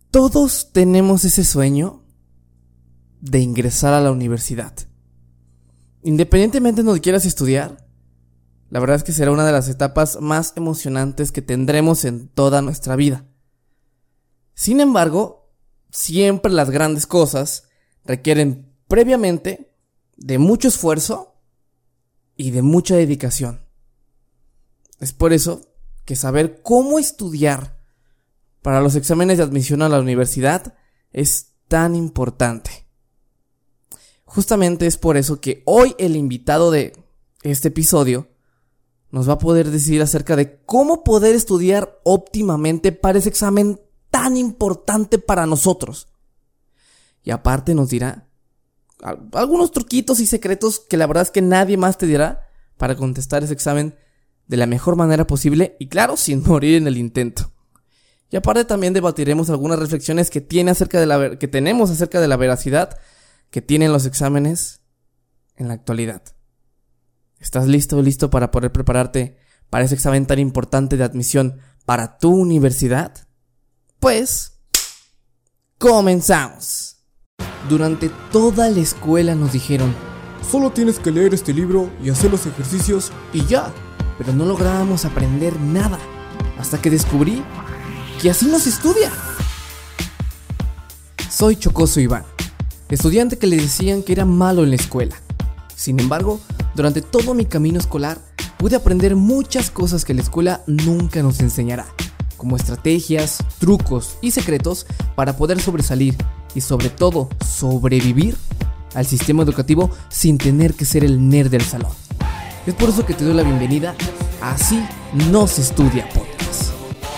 Todos tenemos ese sueño de ingresar a la universidad. Independientemente de donde quieras estudiar, la verdad es que será una de las etapas más emocionantes que tendremos en toda nuestra vida. Sin embargo, siempre las grandes cosas requieren previamente de mucho esfuerzo y de mucha dedicación. Es por eso que saber cómo estudiar para los exámenes de admisión a la universidad es tan importante. Justamente es por eso que hoy el invitado de este episodio nos va a poder decir acerca de cómo poder estudiar óptimamente para ese examen tan importante para nosotros. Y aparte nos dirá algunos truquitos y secretos que la verdad es que nadie más te dirá para contestar ese examen de la mejor manera posible y claro, sin morir en el intento. Y aparte también debatiremos algunas reflexiones que tenemos acerca de la veracidad que tienen los exámenes en la actualidad. ¿Estás listo para poder prepararte para ese examen tan importante de admisión para tu universidad? Pues, comenzamos. Durante toda la escuela nos dijeron: solo tienes que leer este libro y hacer los ejercicios y ya. Pero no lográbamos aprender nada, hasta que descubrí que así no se estudia. Soy Chocoso Iván, estudiante que le decían que era malo en la escuela. Sin embargo, durante todo mi camino escolar pude aprender muchas cosas que la escuela nunca nos enseñará, como estrategias, trucos y secretos para poder sobresalir y sobre todo sobrevivir al sistema educativo sin tener que ser el nerd del salón. Es por eso que te doy la bienvenida a Así No Se Estudia Podcast.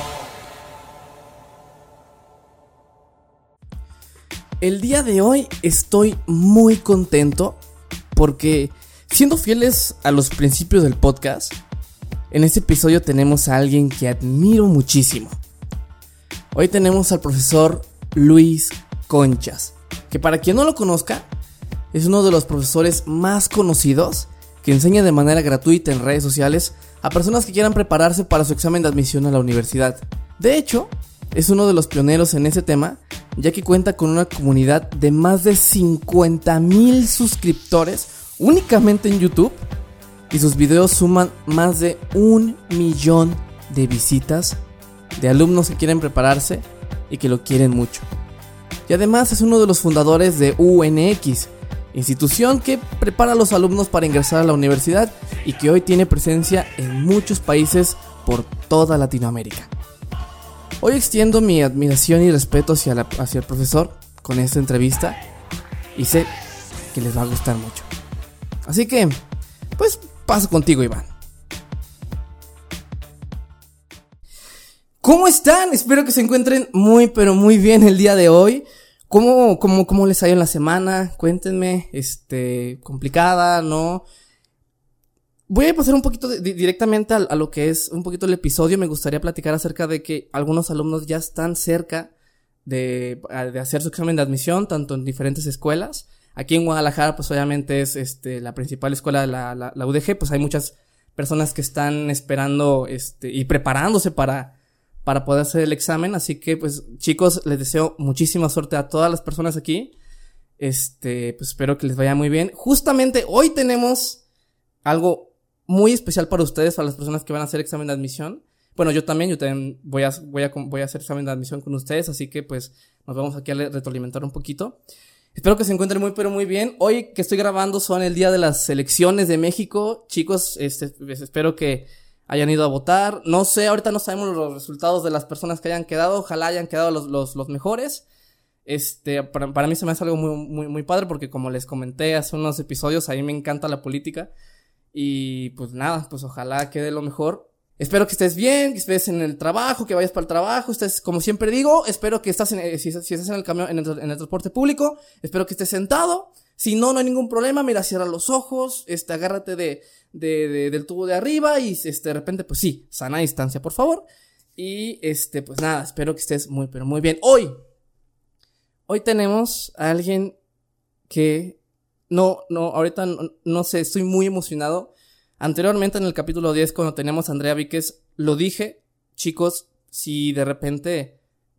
El día de hoy estoy muy contento porque, siendo fieles a los principios del podcast, en este episodio tenemos a alguien que admiro muchísimo. Hoy tenemos al profesor Luis Conchas, que para quien no lo conozca, es uno de los profesores más conocidos que enseña de manera gratuita en redes sociales a personas que quieran prepararse para su examen de admisión a la universidad. De hecho, es uno de los pioneros en ese tema, ya que cuenta con una comunidad de más de 50,000 suscriptores únicamente en YouTube, y sus videos suman más de 1 millón de visitas de alumnos que quieren prepararse y que lo quieren mucho. Y además es uno de los fundadores de UNX, institución que prepara a los alumnos para ingresar a la universidad y que hoy tiene presencia en muchos países por toda Latinoamérica. Hoy extiendo mi admiración y respeto hacia el profesor con esta entrevista y sé que les va a gustar mucho. Así que, pues paso contigo, Iván. ¿Cómo están? Espero que se encuentren muy pero muy bien el día de hoy. ¿Cómo les ha ido en la semana? Cuéntenme, complicada, ¿no? Voy a pasar un poquito directamente a lo que es un poquito el episodio. Me gustaría platicar acerca de que algunos alumnos ya están cerca de hacer su examen de admisión, tanto en diferentes escuelas. Aquí en Guadalajara, pues obviamente es la principal escuela, la UDG, pues hay muchas personas que están esperando y preparándose para poder hacer el examen. Así que pues chicos, les deseo muchísima suerte a todas las personas aquí. Pues espero que les vaya muy bien. Justamente hoy tenemos algo muy especial para ustedes, para las personas que van a hacer examen de admisión. Bueno, yo también voy a hacer examen de admisión con ustedes, así que pues nos vamos aquí a retroalimentar un poquito. Espero que se encuentren muy pero muy bien. Hoy que estoy grabando son el día de las elecciones de México. Chicos, espero que hayan ido a votar. No sé, ahorita no sabemos los resultados de las personas que hayan quedado. Ojalá hayan quedado los mejores. Para mí se me hace algo muy, muy, muy padre porque, como les comenté hace unos episodios, a mí me encanta la política. Y pues nada, pues ojalá quede lo mejor. Espero que estés bien, que estés en el trabajo, que vayas para el trabajo. Como siempre digo, espero que si estás en el camión, en el transporte público, espero que estés sentado. Si no hay ningún problema. Mira, cierra los ojos, agárrate del tubo de arriba y de repente, pues sí, sana distancia, por favor. Y pues nada, espero que estés muy pero muy bien. Hoy tenemos a alguien que ahorita no sé, estoy muy emocionado. Anteriormente en el capítulo 10, cuando teníamos a Andrea Víquez, lo dije, chicos, si de repente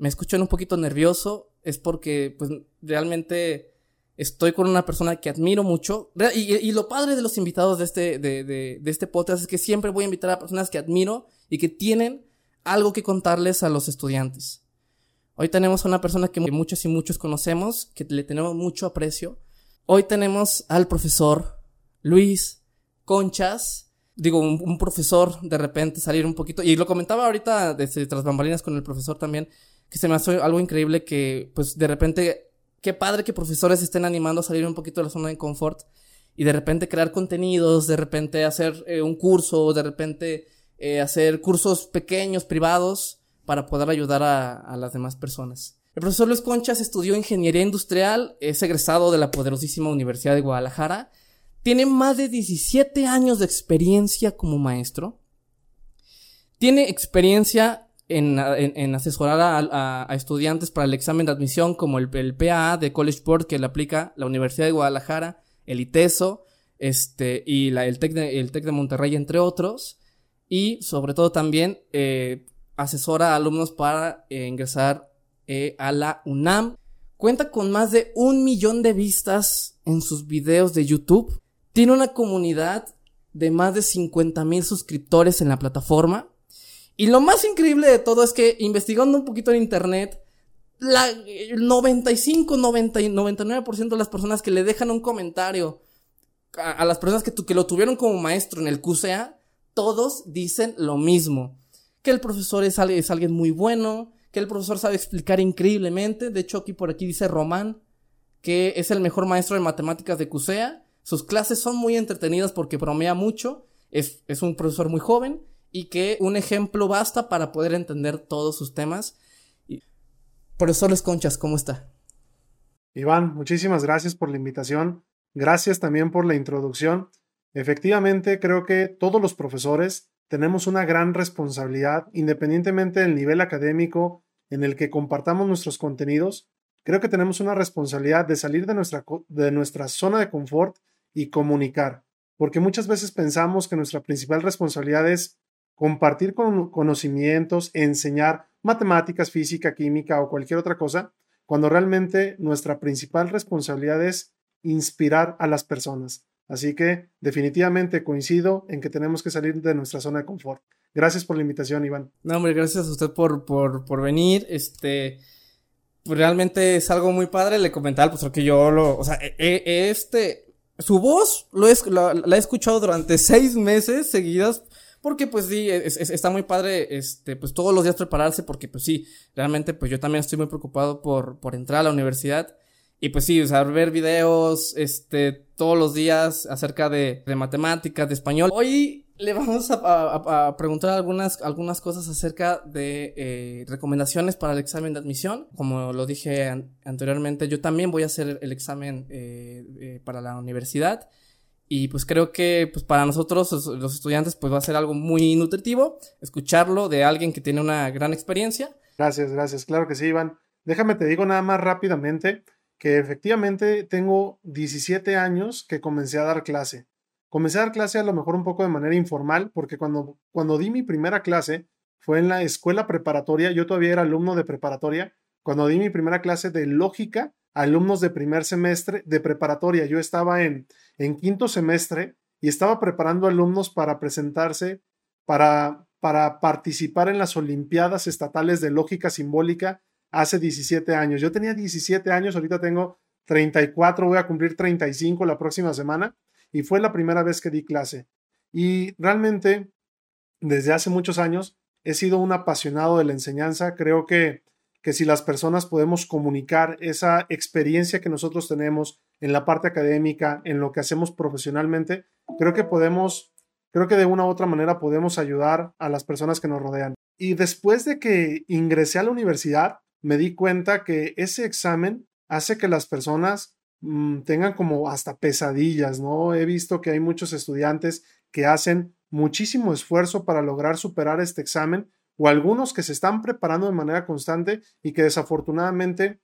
me escuchan un poquito nervioso, es porque pues realmente estoy con una persona que admiro mucho. Y lo padre de los invitados de este podcast es que siempre voy a invitar a personas que admiro y que tienen algo que contarles a los estudiantes. Hoy tenemos a una persona que muchos y muchos conocemos, que le tenemos mucho aprecio. Hoy tenemos al profesor Luis Conchas. Digo, un profesor de repente salir un poquito, y lo comentaba ahorita desde tras bambalinas con el profesor también, que se me hace algo increíble que pues de repente, qué padre que profesores estén animando a salir un poquito de la zona de confort y de repente crear contenidos, de repente hacer un curso, de repente hacer cursos pequeños, privados, para poder ayudar a las demás personas. El profesor Luis Conchas estudió ingeniería industrial, es egresado de la poderosísima Universidad de Guadalajara, tiene más de 17 años de experiencia como maestro, tiene experiencia en asesorar a estudiantes para el examen de admisión como el PAA de College Board que le aplica la Universidad de Guadalajara, el ITESO, y el TEC de Monterrey, entre otros, y sobre todo también asesora a alumnos para ingresar a la UNAM. Cuenta con más de 1 millón de vistas en sus videos de YouTube. Tiene una comunidad de más de 50,000 suscriptores en la plataforma. Y lo más increíble de todo es que investigando un poquito en internet, el 99% de las personas que le dejan un comentario a las personas que lo tuvieron como maestro en el QCA, todos dicen lo mismo. Que el profesor es alguien muy bueno, que el profesor sabe explicar increíblemente. De hecho, por aquí dice Román, que es el mejor maestro de matemáticas de QCA. Sus clases son muy entretenidas porque bromea mucho. Es un profesor muy joven y que un ejemplo basta para poder entender todos sus temas. Profesor Luis Conchas, ¿cómo está? Iván, muchísimas gracias por la invitación. Gracias también por la introducción. Efectivamente, creo que todos los profesores tenemos una gran responsabilidad, independientemente del nivel académico en el que compartamos nuestros contenidos. Creo que tenemos una responsabilidad de salir de nuestra zona de confort y comunicar, porque muchas veces pensamos que nuestra principal responsabilidad es compartir conocimientos, enseñar matemáticas, física, química o cualquier otra cosa, cuando realmente nuestra principal responsabilidad es inspirar a las personas. Así que definitivamente coincido en que tenemos que salir de nuestra zona de confort. Gracias por la invitación, Iván. No, hombre, gracias a usted por venir. Pues realmente es algo muy padre. Le comentaba al profesor que su voz la he escuchado durante 6 meses seguidas, porque pues sí, está muy padre, pues todos los días prepararse, porque pues sí, realmente pues yo también estoy muy preocupado por entrar a la universidad, y pues sí, o sea, ver videos, todos los días acerca de matemáticas, de español. Hoy le vamos a preguntar algunas cosas acerca de recomendaciones para el examen de admisión. Como lo dije anteriormente, yo también voy a hacer el examen para la universidad. Y pues creo que pues para nosotros los estudiantes pues va a ser algo muy nutritivo escucharlo de alguien que tiene una gran experiencia. Gracias. Claro que sí, Iván. Déjame te digo nada más rápidamente que efectivamente tengo 17 años que comencé a dar clase. Comencé a dar clase a lo mejor un poco de manera informal, porque cuando di mi primera clase fue en la escuela preparatoria. Yo todavía era alumno de preparatoria. Cuando di mi primera clase de lógica a alumnos de primer semestre de preparatoria, yo estaba en quinto semestre y estaba preparando alumnos para presentarse, para participar en las Olimpiadas Estatales de Lógica Simbólica hace 17 años. Yo tenía 17 años, ahorita tengo 34, voy a cumplir 35 la próxima semana. Y fue la primera vez que di clase. Y realmente, desde hace muchos años, he sido un apasionado de la enseñanza. Creo que si las personas podemos comunicar esa experiencia que nosotros tenemos en la parte académica, en lo que hacemos profesionalmente, creo que de una u otra manera podemos ayudar a las personas que nos rodean. Y después de que ingresé a la universidad, me di cuenta que ese examen hace que las personas tengan como hasta pesadillas, ¿no? He visto que hay muchos estudiantes que hacen muchísimo esfuerzo para lograr superar este examen, o algunos que se están preparando de manera constante y que desafortunadamente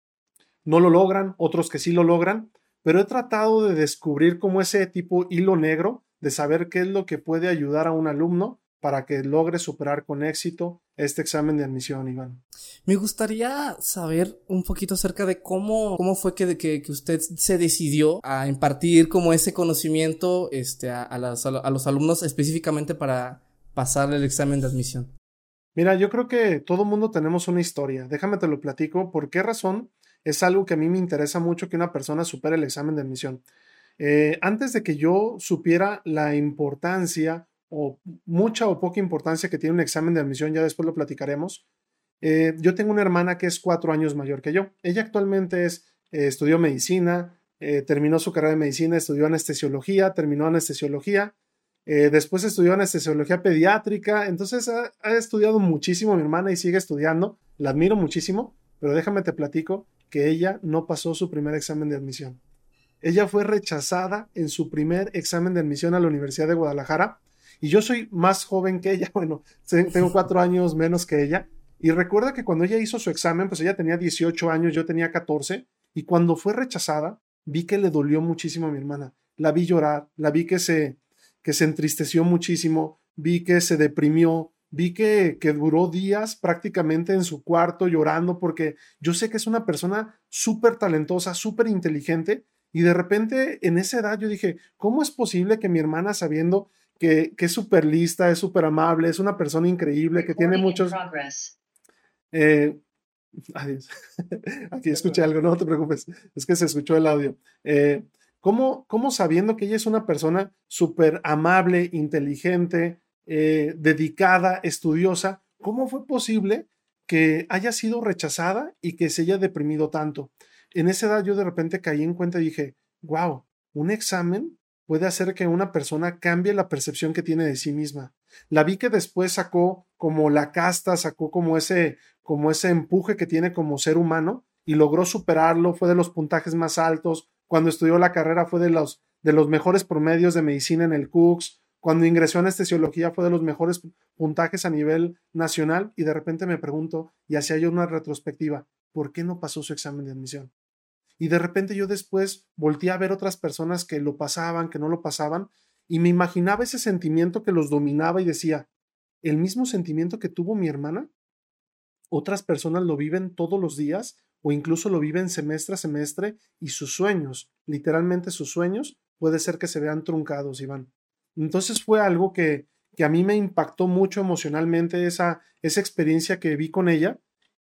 no lo logran, otros que sí lo logran, pero he tratado de descubrir como ese tipo hilo negro de saber qué es lo que puede ayudar a un alumno para que logres superar con éxito este examen de admisión, Iván. Me gustaría saber un poquito acerca de cómo fue que usted se decidió a impartir como ese conocimiento a los alumnos específicamente para pasar el examen de admisión. Mira, yo creo que todo mundo tenemos una historia. Déjame te lo platico. ¿Por qué razón? Es algo que a mí me interesa mucho que una persona supere el examen de admisión. Antes de que yo supiera la importancia o mucha o poca importancia que tiene un examen de admisión, ya después lo platicaremos. Yo tengo una hermana que es 4 años mayor que yo. Ella actualmente estudió medicina, terminó su carrera de medicina, estudió anestesiología, terminó anestesiología, después estudió anestesiología pediátrica. Entonces ha estudiado muchísimo mi hermana y sigue estudiando. La admiro muchísimo, pero déjame te platico que ella no pasó su primer examen de admisión. Ella fue rechazada en su primer examen de admisión a la Universidad de Guadalajara y yo soy más joven que ella, bueno, tengo 4 años menos que ella. Y recuerda que cuando ella hizo su examen, pues ella tenía 18 años, yo tenía 14, y cuando fue rechazada, vi que le dolió muchísimo a mi hermana. La vi llorar, la vi que se entristeció muchísimo, vi que se deprimió, vi que duró días prácticamente en su cuarto llorando, porque yo sé que es una persona súper talentosa, súper inteligente, y de repente en esa edad yo dije, ¿cómo es posible que mi hermana, sabiendo que es súper lista, es súper amable, es una persona increíble, que tiene muchos... Adiós. Aquí escuché algo, no te preocupes, es que se escuchó el audio. ¿Cómo sabiendo que ella es una persona súper amable, inteligente, dedicada, estudiosa, cómo fue posible que haya sido rechazada y que se haya deprimido tanto? En esa edad yo de repente caí en cuenta y dije, wow, un examen puede hacer que una persona cambie la percepción que tiene de sí misma. La vi que después sacó como la casta, sacó como ese empuje que tiene como ser humano y logró superarlo, fue de los puntajes más altos. Cuando estudió la carrera fue de los mejores promedios de medicina en el CUCS. Cuando ingresó a anestesiología fue de los mejores puntajes a nivel nacional y de repente me pregunto, y hacía yo una retrospectiva, ¿por qué no pasó su examen de admisión? Y de repente yo después volteé a ver otras personas que lo pasaban, que no lo pasaban, y me imaginaba ese sentimiento que los dominaba y decía, el mismo sentimiento que tuvo mi hermana, otras personas lo viven todos los días o incluso lo viven semestre a semestre y sus sueños, literalmente sus sueños, puede ser que se vean truncados, Iván. Entonces fue algo que a mí me impactó mucho emocionalmente esa experiencia que vi con ella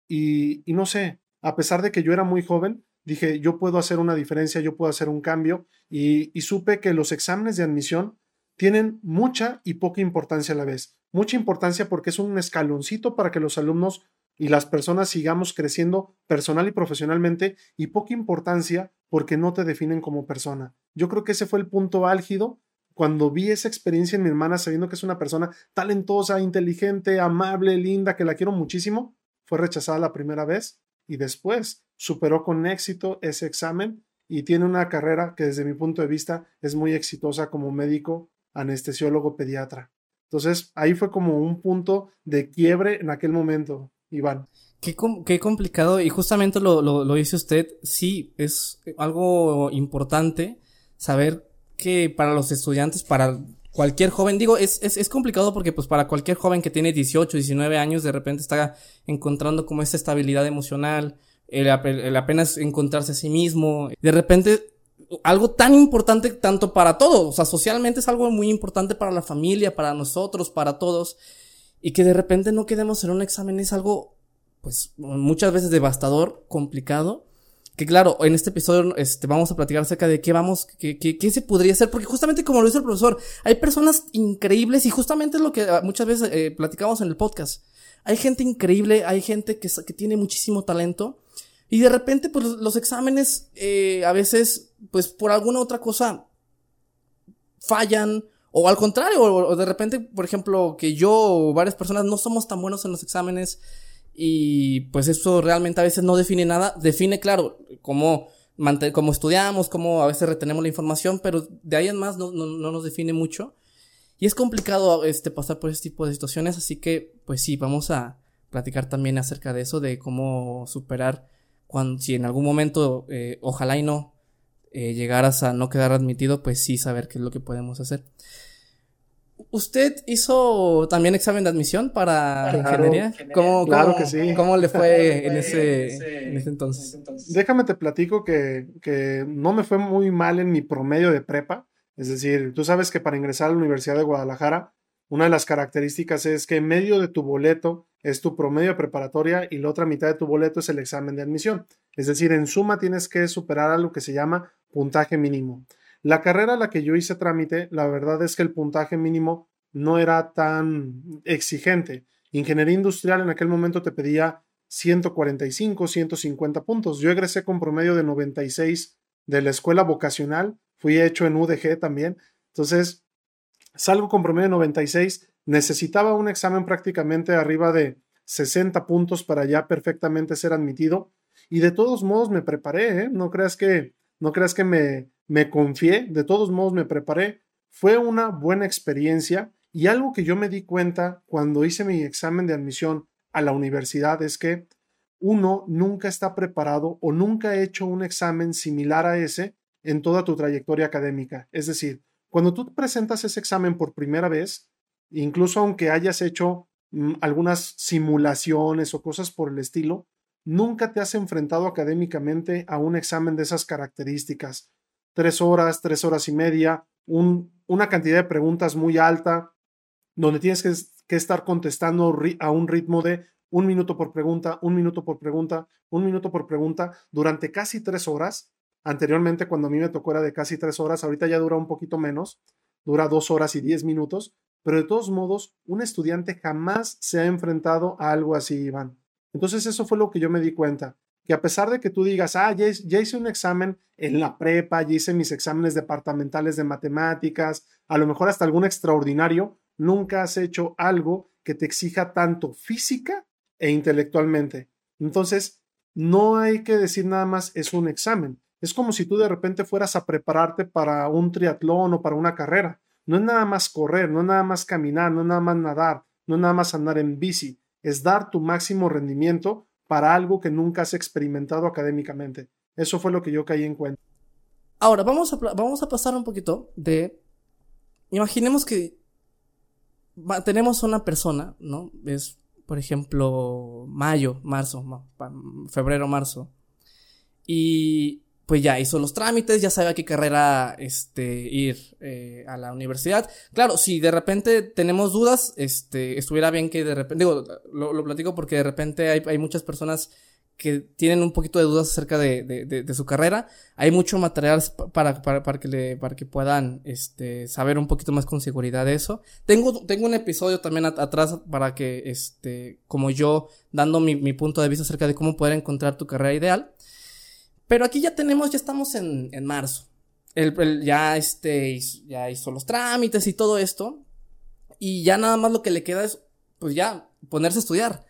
y no sé, a pesar de que yo era muy joven, dije, yo puedo hacer una diferencia, yo puedo hacer un cambio y supe que los exámenes de admisión tienen mucha y poca importancia a la vez. Mucha importancia porque es un escaloncito para que los alumnos y las personas sigamos creciendo personal y profesionalmente, y poca importancia porque no te definen como persona. Yo creo que ese fue el punto álgido cuando vi esa experiencia en mi hermana, sabiendo que es una persona talentosa, inteligente, amable, linda, que la quiero muchísimo. Fue rechazada la primera vez y después superó con éxito ese examen y tiene una carrera que desde mi punto de vista es muy exitosa como médico anestesiólogo pediatra. Entonces ahí fue como un punto de quiebre en aquel momento, Iván. Qué complicado, y justamente lo dice usted. Sí, es algo importante saber que para los estudiantes, para cualquier joven, digo, es complicado porque pues para cualquier joven que tiene 18, 19 años, de repente está encontrando como esta estabilidad emocional, el apenas encontrarse a sí mismo, de repente algo tan importante tanto para todos, o sea, socialmente es algo muy importante para la familia, para nosotros, para todos, y que de repente no quedemos en un examen es algo, pues, muchas veces devastador, complicado, que claro, en este episodio, vamos a platicar acerca de qué se podría hacer, porque justamente como lo dice el profesor, hay personas increíbles, y justamente es lo que muchas veces platicamos en el podcast. Hay gente increíble, hay gente que tiene muchísimo talento, y de repente, pues, los exámenes, a veces, pues, por alguna otra cosa, fallan, o al contrario, o de repente, por ejemplo, que yo o varias personas no somos tan buenos en los exámenes, y pues eso realmente a veces no define nada. Define, claro, cómo estudiamos, cómo a veces retenemos la información, pero de ahí en más no nos define mucho. Y es complicado pasar por ese tipo de situaciones, así que pues sí, vamos a platicar también acerca de eso, de cómo superar si en algún momento, ojalá y no, llegaras a no quedar admitido, pues sí saber qué es lo que podemos hacer. ¿Usted hizo también examen de admisión para ingeniería? Claro que sí. ¿Cómo le fue en ese entonces? Déjame te platico que no me fue muy mal en mi promedio de prepa. Es decir, tú sabes que para ingresar a la Universidad de Guadalajara, una de las características es que medio de tu boleto es tu promedio de preparatoria y la otra mitad de tu boleto es el examen de admisión. Es decir, en suma tienes que superar algo que se llama puntaje mínimo. La carrera a la que yo hice trámite, la verdad es que el puntaje mínimo no era tan exigente. Ingeniería industrial en aquel momento te pedía 145, 150 puntos. Yo egresé con promedio de 96 de la escuela vocacional, fui hecho en UDG también. Entonces, salgo con promedio de 96, necesitaba un examen prácticamente arriba de 60 puntos para ya perfectamente ser admitido. Y de todos modos me preparé, ¿eh? No creas que me confié, de todos modos me preparé. Fue una buena experiencia y algo que yo me di cuenta cuando hice mi examen de admisión a la universidad es que uno nunca está preparado o nunca ha hecho un examen similar a ese en toda tu trayectoria académica. Es decir, cuando tú presentas ese examen por primera vez, incluso aunque hayas hecho algunas simulaciones o cosas por el estilo, nunca te has enfrentado académicamente a un examen de esas características. 3 horas, 3 horas y media, una cantidad de preguntas muy alta, donde tienes que estar contestando a un ritmo de 1 minuto por pregunta, 1 minuto por pregunta, 1 minuto por pregunta, durante casi 3 horas. Anteriormente, cuando a mí me tocó era de casi 3 horas, ahorita ya dura un poquito menos, dura 2 horas y 10 minutos, pero de todos modos, un estudiante jamás se ha enfrentado a algo así, Iván. Entonces eso fue lo que yo me di cuenta, que a pesar de que tú digas, ya hice un examen en la prepa, ya hice mis exámenes departamentales de matemáticas, a lo mejor hasta algún extraordinario, nunca has hecho algo que te exija tanto física e intelectualmente. Entonces, no hay que decir nada más es un examen. Es como si tú de repente fueras a prepararte para un triatlón o para una carrera. No es nada más correr, no es nada más caminar, no es nada más nadar, no es nada más andar en bici. Es dar tu máximo rendimiento para algo que nunca has experimentado académicamente. Eso fue lo que yo caí en cuenta. Ahora, vamos a pasar un poquito de... Imaginemos que tenemos una persona, ¿no? Es, por ejemplo, febrero, marzo. Y pues ya hizo los trámites, ya sabe a qué carrera ir a la universidad. Claro, si de repente tenemos dudas, estuviera bien que de repente, digo, lo platico porque de repente hay muchas personas que tienen un poquito de dudas acerca de su carrera. Hay mucho material para que puedan saber un poquito más con seguridad de eso. Tengo un episodio también atrás para que como yo dando mi punto de vista acerca de cómo poder encontrar tu carrera ideal. Pero aquí ya estamos en marzo. Ya hizo los trámites y todo esto. Y ya nada más lo que le queda es, pues ya, ponerse a estudiar.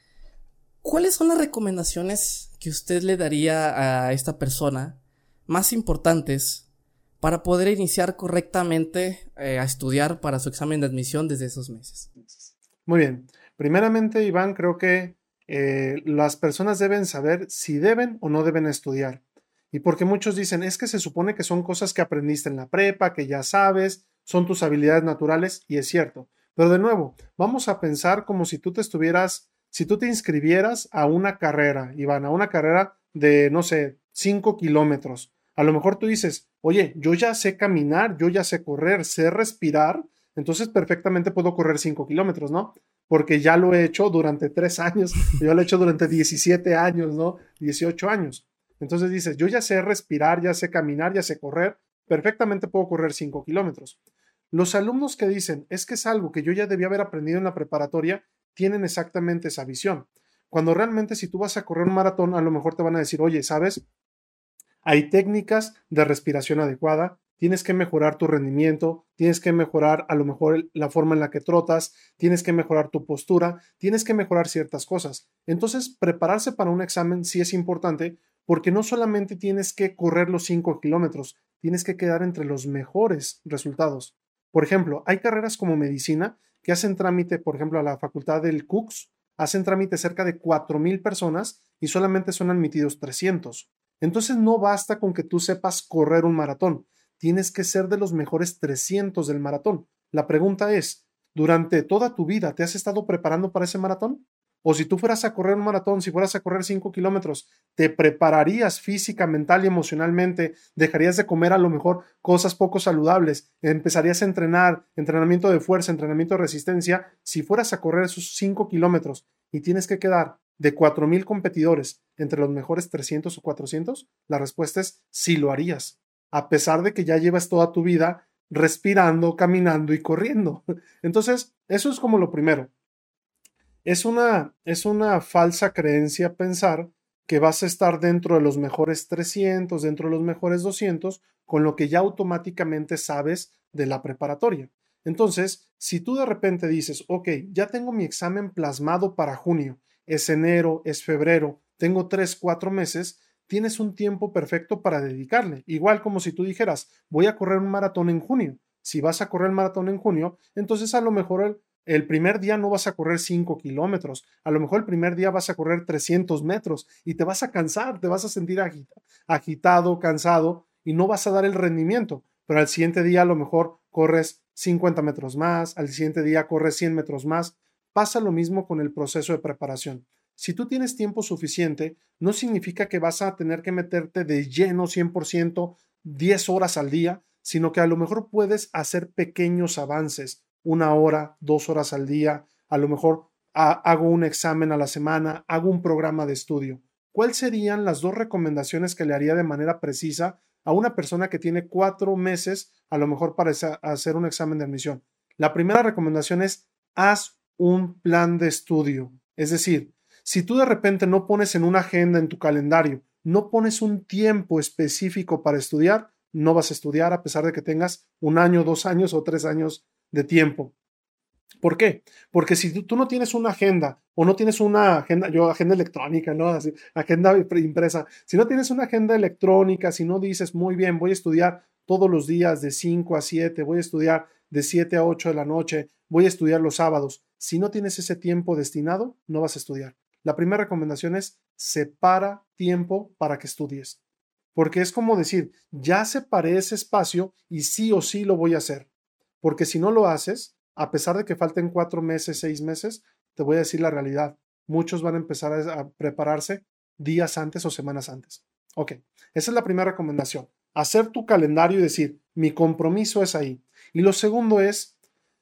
¿Cuáles son las recomendaciones que usted le daría a esta persona más importantes para poder iniciar correctamente a estudiar para su examen de admisión desde esos meses? Muy bien. Primeramente, Iván, creo que las personas deben saber si deben o no deben estudiar. Y porque muchos dicen, es que se supone que son cosas que aprendiste en la prepa, que ya sabes, son tus habilidades naturales, y es cierto. Pero de nuevo, vamos a pensar como si tú te inscribieras a una carrera, Iván, a una carrera de, no sé, 5 kilómetros. A lo mejor tú dices, oye, yo ya sé caminar, yo ya sé correr, sé respirar, entonces perfectamente puedo correr 5 kilómetros, ¿no? Porque ya lo he hecho durante 3 años, yo lo he hecho durante 17 años, ¿no? 18 años. Entonces dices, yo ya sé respirar, ya sé caminar, ya sé correr, perfectamente puedo correr 5 kilómetros. Los alumnos que dicen, es que es algo que yo ya debía haber aprendido en la preparatoria, tienen exactamente esa visión. Cuando realmente si tú vas a correr un maratón, a lo mejor te van a decir, oye, ¿sabes? Hay técnicas de respiración adecuada, tienes que mejorar tu rendimiento, tienes que mejorar a lo mejor la forma en la que trotas, tienes que mejorar tu postura, tienes que mejorar ciertas cosas. Entonces, prepararse para un examen sí es importante porque no solamente tienes que correr los 5 kilómetros, tienes que quedar entre los mejores resultados. Por ejemplo, hay carreras como medicina que hacen trámite, por ejemplo, a la facultad del CUCS, hacen trámite cerca de 4,000 personas y solamente son admitidos 300. Entonces no basta con que tú sepas correr un maratón, tienes que ser de los mejores 300 del maratón. La pregunta es, ¿durante toda tu vida te has estado preparando para ese maratón? O si tú fueras a correr un maratón, si fueras a correr 5 kilómetros, ¿te prepararías física, mental y emocionalmente? ¿Dejarías de comer a lo mejor cosas poco saludables? ¿Empezarías a entrenar, entrenamiento de fuerza, entrenamiento de resistencia? Si fueras a correr esos 5 kilómetros y tienes que quedar de 4,000 competidores entre los mejores 300 o 400, la respuesta es sí lo harías, a pesar de que ya llevas toda tu vida respirando, caminando y corriendo. Entonces, eso es como lo primero. Es una falsa creencia pensar que vas a estar dentro de los mejores 300, dentro de los mejores 200, con lo que ya automáticamente sabes de la preparatoria. Entonces, si tú de repente dices, ok, ya tengo mi examen plasmado para junio, es enero, es febrero, tengo 3, 4 meses, tienes un tiempo perfecto para dedicarle. Igual como si tú dijeras, voy a correr un maratón en junio. Si vas a correr el maratón en junio, entonces a lo mejor el primer día no vas a correr 5 kilómetros, a lo mejor el primer día vas a correr 300 metros y te vas a cansar, te vas a sentir agitado, cansado y no vas a dar el rendimiento, pero al siguiente día a lo mejor corres 50 metros más, al siguiente día corres 100 metros más. Pasa lo mismo con el proceso de preparación. Si tú tienes tiempo suficiente, no significa que vas a tener que meterte de lleno 100%, 10 horas al día, sino que a lo mejor puedes hacer pequeños avances, 1 hora, 2 horas al día, a lo mejor hago un examen a la semana, hago un programa de estudio. ¿Cuáles serían las 2 recomendaciones que le haría de manera precisa a una persona que tiene 4 meses a lo mejor para hacer un examen de admisión? La primera recomendación es haz un plan de estudio. Es decir, si tú de repente no pones en una agenda en tu calendario, no pones un tiempo específico para estudiar, no vas a estudiar a pesar de que tengas 1 año, 2 años o 3 años de tiempo. ¿Por qué? Porque si tú no tienes una agenda o no tienes una agenda electrónica, ¿no? Así, agenda impresa, si no tienes una agenda electrónica, si no dices, muy bien, voy a estudiar todos los días de 5 a 7, voy a estudiar de 7 a 8 de la noche, voy a estudiar los sábados, si no tienes ese tiempo destinado, no vas a estudiar. La primera recomendación es separa tiempo para que estudies. Porque es como decir, ya separé ese espacio y sí o sí lo voy a hacer. Porque si no lo haces, a pesar de que falten 4 meses, 6 meses, te voy a decir la realidad. Muchos van a empezar a prepararse días antes o semanas antes. Ok, esa es la primera recomendación. Hacer tu calendario y decir, mi compromiso es ahí. Y lo segundo es,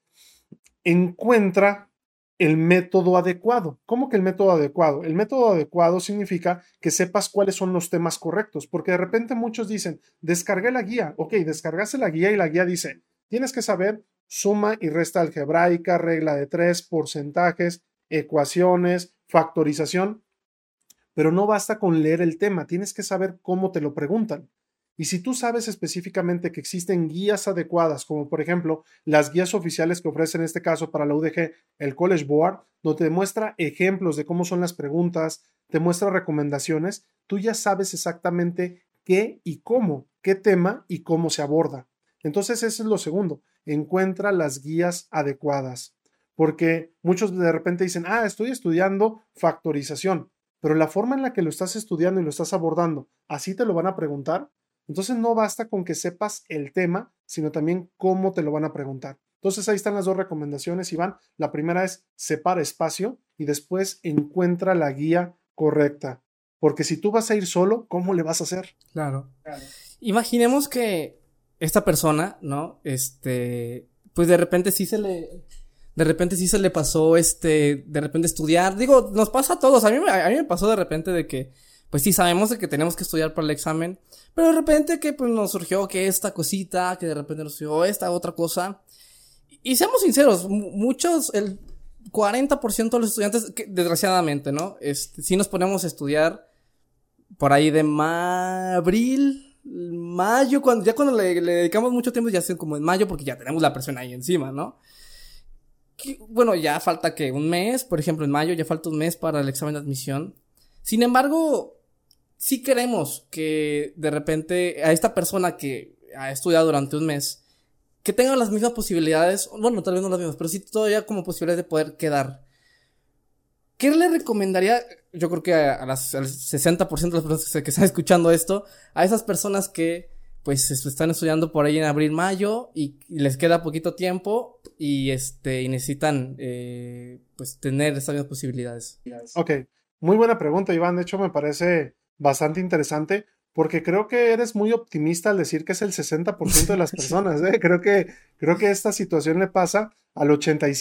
encuentra el método adecuado. ¿Cómo que el método adecuado? El método adecuado significa que sepas cuáles son los temas correctos, porque de repente muchos dicen, descargué la guía. Ok, descargaste la guía y la guía dice, tienes que saber suma y resta algebraica, regla de 3, porcentajes, ecuaciones, factorización, pero no basta con leer el tema, tienes que saber cómo te lo preguntan. Y si tú sabes específicamente que existen guías adecuadas, como por ejemplo las guías oficiales que ofrece en este caso para la UDG el College Board, donde te muestra ejemplos de cómo son las preguntas, te muestra recomendaciones, tú ya sabes exactamente qué y cómo, qué tema y cómo se aborda. Entonces eso es lo segundo, encuentra las guías adecuadas, porque muchos de repente dicen, estoy estudiando factorización, pero la forma en la que lo estás estudiando y lo estás abordando, ¿así te lo van a preguntar? Entonces no basta con que sepas el tema, sino también cómo te lo van a preguntar. Entonces ahí están las 2 recomendaciones, Iván. La primera es separa espacio y después encuentra la guía correcta. Porque si tú vas a ir solo, ¿cómo le vas a hacer? Claro. Imaginemos que esta persona, ¿no? Pues de repente sí se le pasó, de repente estudiar. Digo, nos pasa a todos. A mí me pasó de repente de que, pues sí, sabemos de que tenemos que estudiar para el examen, pero de repente que pues nos surgió que esta cosita, que de repente nos surgió esta otra cosa. Y seamos sinceros, muchos, el 40% de los estudiantes, que, desgraciadamente, ¿no? Sí nos ponemos a estudiar por ahí de abril, mayo, cuando le dedicamos mucho tiempo, ya sea como en mayo, porque ya tenemos la presión ahí encima, ¿no? Bueno, ya falta que un mes, por ejemplo, en mayo ya falta un mes para el examen de admisión. Sin embargo, sí queremos que de repente a esta persona que ha estudiado durante un mes, que tenga las mismas posibilidades, bueno, tal vez no las mismas, pero sí todavía como posibilidades de poder quedar. ¿Qué le recomendaría? Yo creo que al 60% de las personas que están escuchando esto, a esas personas que pues están estudiando por ahí en abril, mayo y les queda poquito tiempo y y necesitan pues tener estas mismas posibilidades. Ok, muy buena pregunta, Iván. De hecho, me parece bastante interesante porque creo que eres muy optimista al decir que es el 60% de las personas, ¿eh? Creo que esta situación le pasa al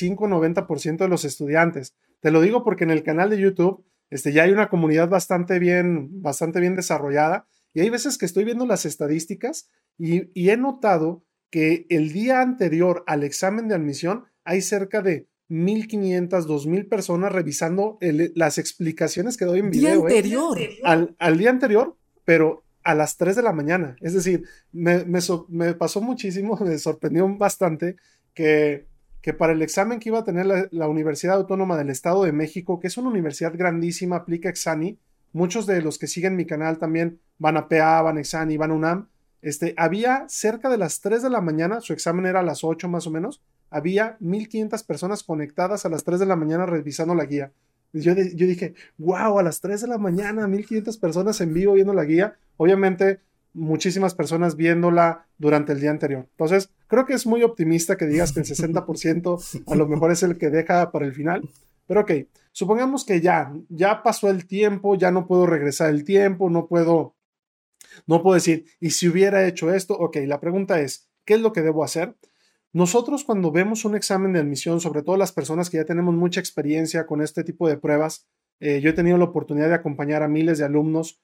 85-90% de los estudiantes. Te lo digo porque en el canal de YouTube ya hay una comunidad bastante bien desarrollada y hay veces que estoy viendo las estadísticas y he notado que el día anterior al examen de admisión hay cerca de 1,500, 2,000 personas revisando las explicaciones que doy en video. Día anterior. Al día anterior, pero a las 3 de la mañana. Es decir, me pasó muchísimo, me sorprendió bastante que para el examen que iba a tener la Universidad Autónoma del Estado de México, que es una universidad grandísima, aplica Exani, muchos de los que siguen mi canal también van a PA, van a Exani, van a UNAM, había cerca de las 3 de la mañana, su examen era a las 8 más o menos, había 1,500 personas conectadas a las 3 de la mañana revisando la guía. Yo dije, wow, a las 3 de la mañana, 1,500 personas en vivo viendo la guía. Obviamente, muchísimas personas viéndola durante el día anterior. Entonces, creo que es muy optimista que digas que el 60% a lo mejor es el que deja para el final. Pero ok, supongamos que ya pasó el tiempo, ya no puedo regresar el tiempo, no puedo decir, ¿y si hubiera hecho esto? Ok, la pregunta es, ¿qué es lo que debo hacer? Nosotros cuando vemos un examen de admisión, sobre todo las personas que ya tenemos mucha experiencia con este tipo de pruebas, yo he tenido la oportunidad de acompañar a miles de alumnos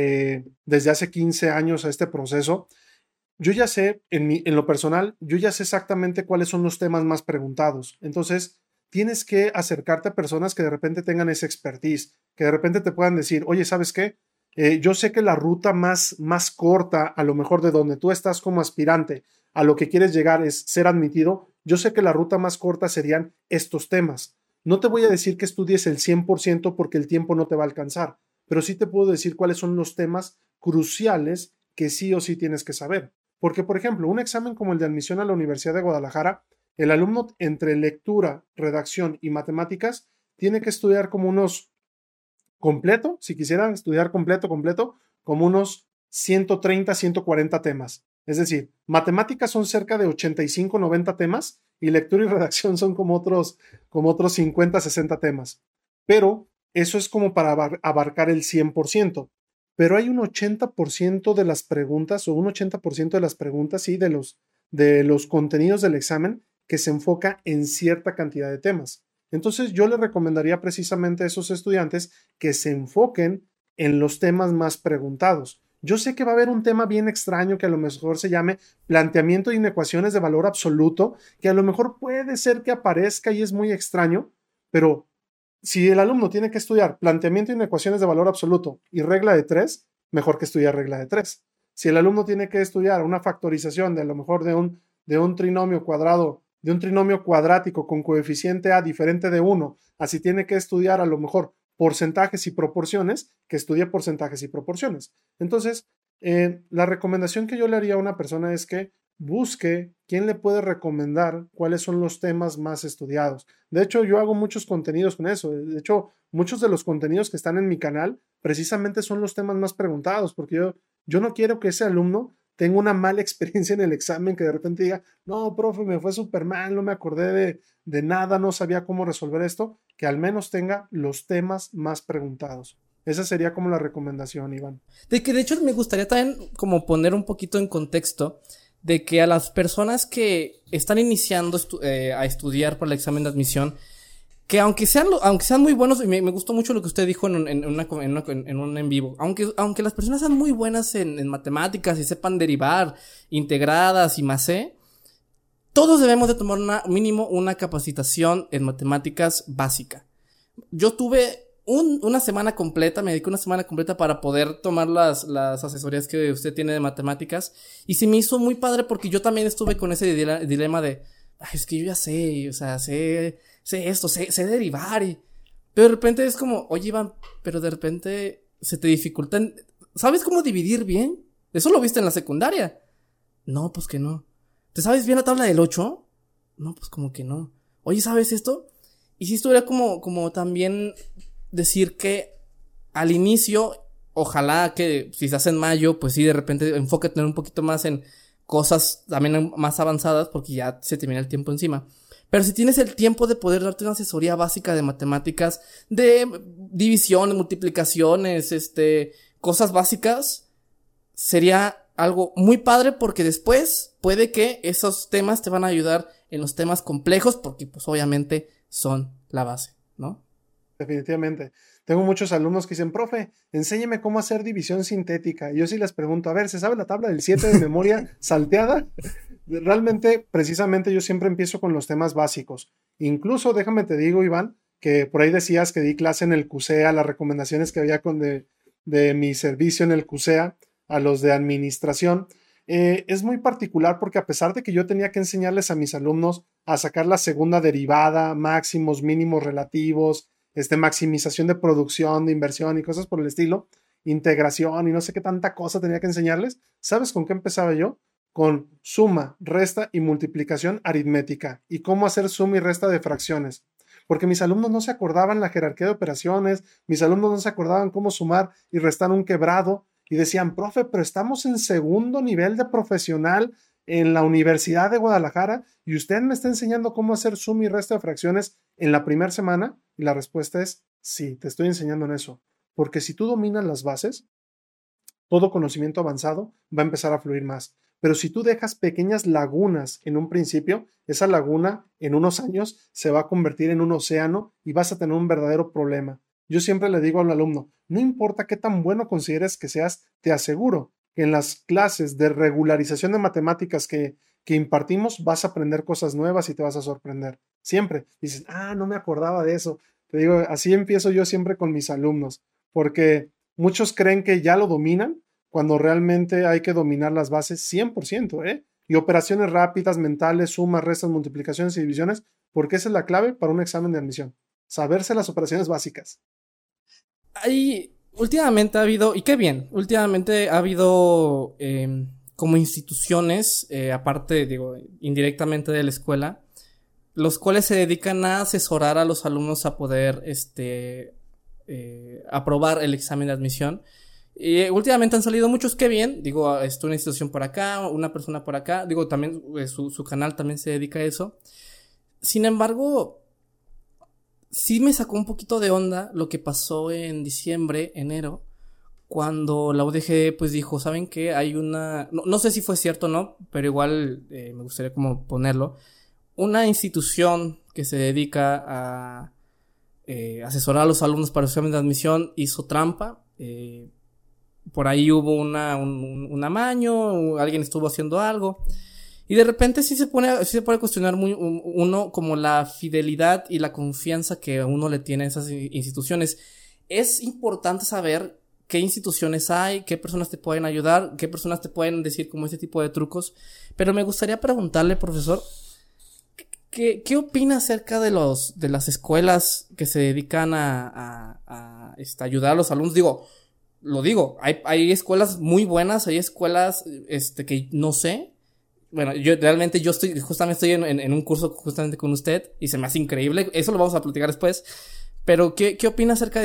desde hace 15 años a este proceso. Yo ya sé, en lo personal, yo ya sé exactamente cuáles son los temas más preguntados. Entonces, tienes que acercarte a personas que de repente tengan esa expertise, que de repente te puedan decir, oye, ¿sabes qué? Yo sé que la ruta más corta, a lo mejor de donde tú estás como aspirante, a lo que quieres llegar es ser admitido. Yo sé que la ruta más corta serían estos temas. No te voy a decir que estudies el 100% porque el tiempo no te va a alcanzar, pero sí te puedo decir cuáles son los temas cruciales que sí o sí tienes que saber. Porque, por ejemplo, un examen como el de admisión a la Universidad de Guadalajara, el alumno entre lectura, redacción y matemáticas tiene que estudiar como unos completo, si quisiera estudiar completo, como unos 130, 140 temas. Es decir, matemáticas son cerca de 85, 90 temas y lectura y redacción son como otros 50, 60 temas. Pero eso es como para abarcar el 100%. Pero hay un 80% de las preguntas, o un 80% de las preguntas, sí, de los contenidos del examen que se enfoca en cierta cantidad de temas. Entonces yo le recomendaría precisamente a esos estudiantes que se enfoquen en los temas más preguntados. Yo sé que va a haber un tema bien extraño que a lo mejor se llame planteamiento de inecuaciones de valor absoluto, que a lo mejor puede ser que aparezca y es muy extraño, pero si el alumno tiene que estudiar planteamiento de inecuaciones de valor absoluto y regla de 3, mejor que estudiar regla de 3. Si el alumno tiene que estudiar una factorización de a lo mejor de un trinomio cuadrado, de un trinomio cuadrático con coeficiente a diferente de 1, así tiene que estudiar a lo mejor porcentajes y proporciones, que estudie porcentajes y proporciones. Entonces, la recomendación que yo le haría a una persona es que busque quién le puede recomendar cuáles son los temas más estudiados. De hecho, yo hago muchos contenidos con eso. De hecho, muchos de los contenidos que están en mi canal precisamente son los temas más preguntados, porque yo no quiero que ese alumno tenga una mala experiencia en el examen, que de repente diga, no, profe, me fue súper mal, no me acordé de nada, no sabía cómo resolver esto, que al menos tenga los temas más preguntados. Esa sería como la recomendación, Iván. De hecho me gustaría también como poner un poquito en contexto de que a las personas que están iniciando a estudiar para el examen de admisión, que aunque sean muy buenos, y me gustó mucho lo que usted dijo en un en vivo, aunque las personas sean muy buenas en matemáticas y sepan derivar, integradas y más todos debemos de tomar mínimo una capacitación en matemáticas básica. Yo tuve una semana completa, me dediqué una semana completa para poder tomar las asesorías que usted tiene de matemáticas, y se me hizo muy padre porque yo también estuve con ese dilema de, es que yo ya sé, o sea, sé esto, sé derivar, pero de repente es como, oye, Iván, pero de repente se te dificultan, ¿sabes cómo dividir bien? Eso lo viste en la secundaria. No, pues que no. ¿Te sabes bien la tabla del 8? No, pues como que no. Oye, ¿sabes esto? Y si estuviera como también decir que al inicio ojalá que si se hace en mayo, pues sí, de repente enfócate un poquito más en cosas también más avanzadas, porque ya se termina el tiempo encima. Pero si tienes el tiempo de poder darte una asesoría básica de matemáticas, de división, multiplicaciones, cosas básicas, sería algo muy padre, porque después puede que esos temas te van a ayudar en los temas complejos, porque pues obviamente son la base, ¿no? Definitivamente. Tengo muchos alumnos que dicen, profe, enséñeme cómo hacer división sintética. Y yo sí les pregunto, a ver, ¿se sabe la tabla del 7 de memoria salteada? Realmente, precisamente, yo siempre empiezo con los temas básicos. Incluso, déjame te digo, Iván, que por ahí decías que di clase en el CUSEA, las recomendaciones que había de mi servicio en el CUSEA a los de administración. Es muy particular porque a pesar de que yo tenía que enseñarles a mis alumnos a sacar la segunda derivada, máximos, mínimos relativos, maximización de producción, de inversión y cosas por el estilo, integración y no sé qué tanta cosa tenía que enseñarles, ¿sabes con qué empezaba yo? Con suma, resta y multiplicación aritmética y cómo hacer suma y resta de fracciones. Porque mis alumnos no se acordaban la jerarquía de operaciones, mis alumnos no se acordaban cómo sumar y restar un quebrado, y decían, profe, pero estamos en segundo nivel de profesional en la Universidad de Guadalajara y usted me está enseñando cómo hacer suma y resta de fracciones en la primera semana. Y la respuesta es sí, te estoy enseñando en eso. Porque si tú dominas las bases, todo conocimiento avanzado va a empezar a fluir más. Pero si tú dejas pequeñas lagunas en un principio, esa laguna en unos años se va a convertir en un océano y vas a tener un verdadero problema. Yo siempre le digo al alumno, no importa qué tan bueno consideres que seas, te aseguro que en las clases de regularización de matemáticas que impartimos vas a aprender cosas nuevas y te vas a sorprender. Siempre dices, no me acordaba de eso. Te digo, así empiezo yo siempre con mis alumnos, porque muchos creen que ya lo dominan cuando realmente hay que dominar las bases 100%, ¿eh? Y operaciones rápidas, mentales, sumas, restas, multiplicaciones y divisiones, porque esa es la clave para un examen de admisión. Saberse las operaciones básicas. Últimamente ha habido, y qué bien, últimamente ha habido como instituciones, aparte, digo, indirectamente de la escuela, los cuales se dedican a asesorar a los alumnos a poder, aprobar el examen de admisión. Y últimamente han salido muchos, qué bien, digo, una institución por acá, una persona por acá, digo, también su canal también se dedica a eso. Sin embargo, sí me sacó un poquito de onda lo que pasó en diciembre, enero, cuando la UDG pues dijo, ¿saben qué? Hay no sé si fue cierto o no, pero igual me gustaría como ponerlo, una institución que se dedica a asesorar a los alumnos para el examen de admisión hizo trampa. Por ahí hubo un amaño, alguien estuvo haciendo algo. Y de repente sí se pone a cuestionar uno como la fidelidad y la confianza que uno le tiene a esas instituciones. Es importante saber qué instituciones hay, qué personas te pueden ayudar, qué personas te pueden decir como este tipo de trucos. Pero me gustaría preguntarle, profesor, ¿qué opina acerca de las escuelas que se dedican a ayudar a los alumnos? Hay escuelas muy buenas, hay escuelas que no sé. Bueno, yo estoy en un curso justamente con usted y se me hace increíble. Eso lo vamos a platicar después. Pero ¿qué opina acerca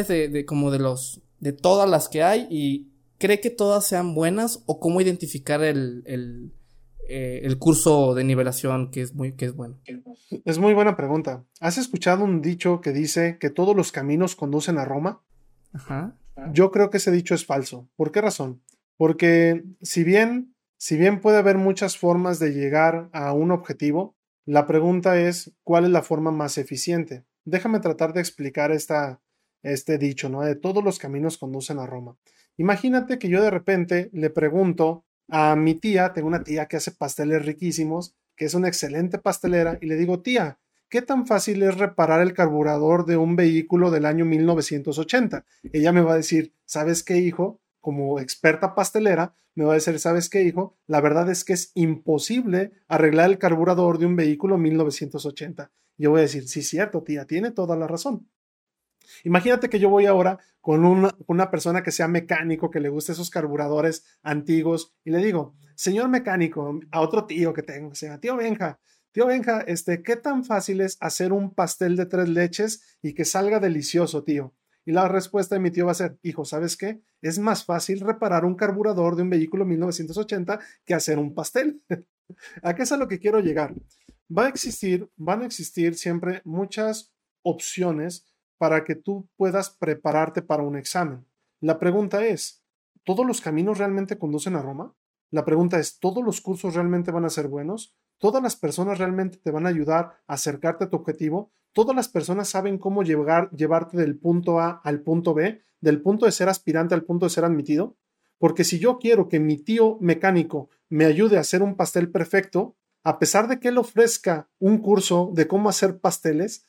de todas las que hay? ¿Y cree que todas sean buenas? ¿O cómo identificar el curso de nivelación que es bueno? Es muy buena pregunta. ¿Has escuchado un dicho que dice que todos los caminos conducen a Roma? Ajá. Yo creo que ese dicho es falso. ¿Por qué razón? Porque si bien puede haber muchas formas de llegar a un objetivo, la pregunta es ¿cuál es la forma más eficiente? Déjame tratar de explicar este dicho, ¿no? De todos los caminos conducen a Roma. Imagínate que yo de repente le pregunto a mi tía, tengo una tía que hace pasteles riquísimos, que es una excelente pastelera, y le digo, tía, ¿qué tan fácil es reparar el carburador de un vehículo del año 1980? Ella me va a decir, ¿sabes qué, hijo? Como experta pastelera, me va a decir, ¿sabes qué, hijo? La verdad es que es imposible arreglar el carburador de un vehículo 1980. Yo voy a decir, sí, cierto, tía, tiene toda la razón. Imagínate que yo voy ahora con una persona que sea mecánico, que le guste esos carburadores antiguos, y le digo, señor mecánico, a otro tío que tengo, que se llama tío Benja, ¿qué tan fácil es hacer un pastel de 3 leches y que salga delicioso, tío? Y la respuesta de mi tío va a ser, hijo, ¿sabes qué? Es más fácil reparar un carburador de un vehículo 1980 que hacer un pastel. ¿A qué es a lo que quiero llegar? Van a existir siempre muchas opciones para que tú puedas prepararte para un examen. La pregunta es, ¿todos los caminos realmente conducen a Roma? La pregunta es, ¿todos los cursos realmente van a ser buenos? ¿Todas las personas realmente te van a ayudar a acercarte a tu objetivo? ¿Todas las personas saben cómo llevarte del punto A al punto B, del punto de ser aspirante al punto de ser admitido? Porque si yo quiero que mi tío mecánico me ayude a hacer un pastel perfecto, a pesar de que él ofrezca un curso de cómo hacer pasteles,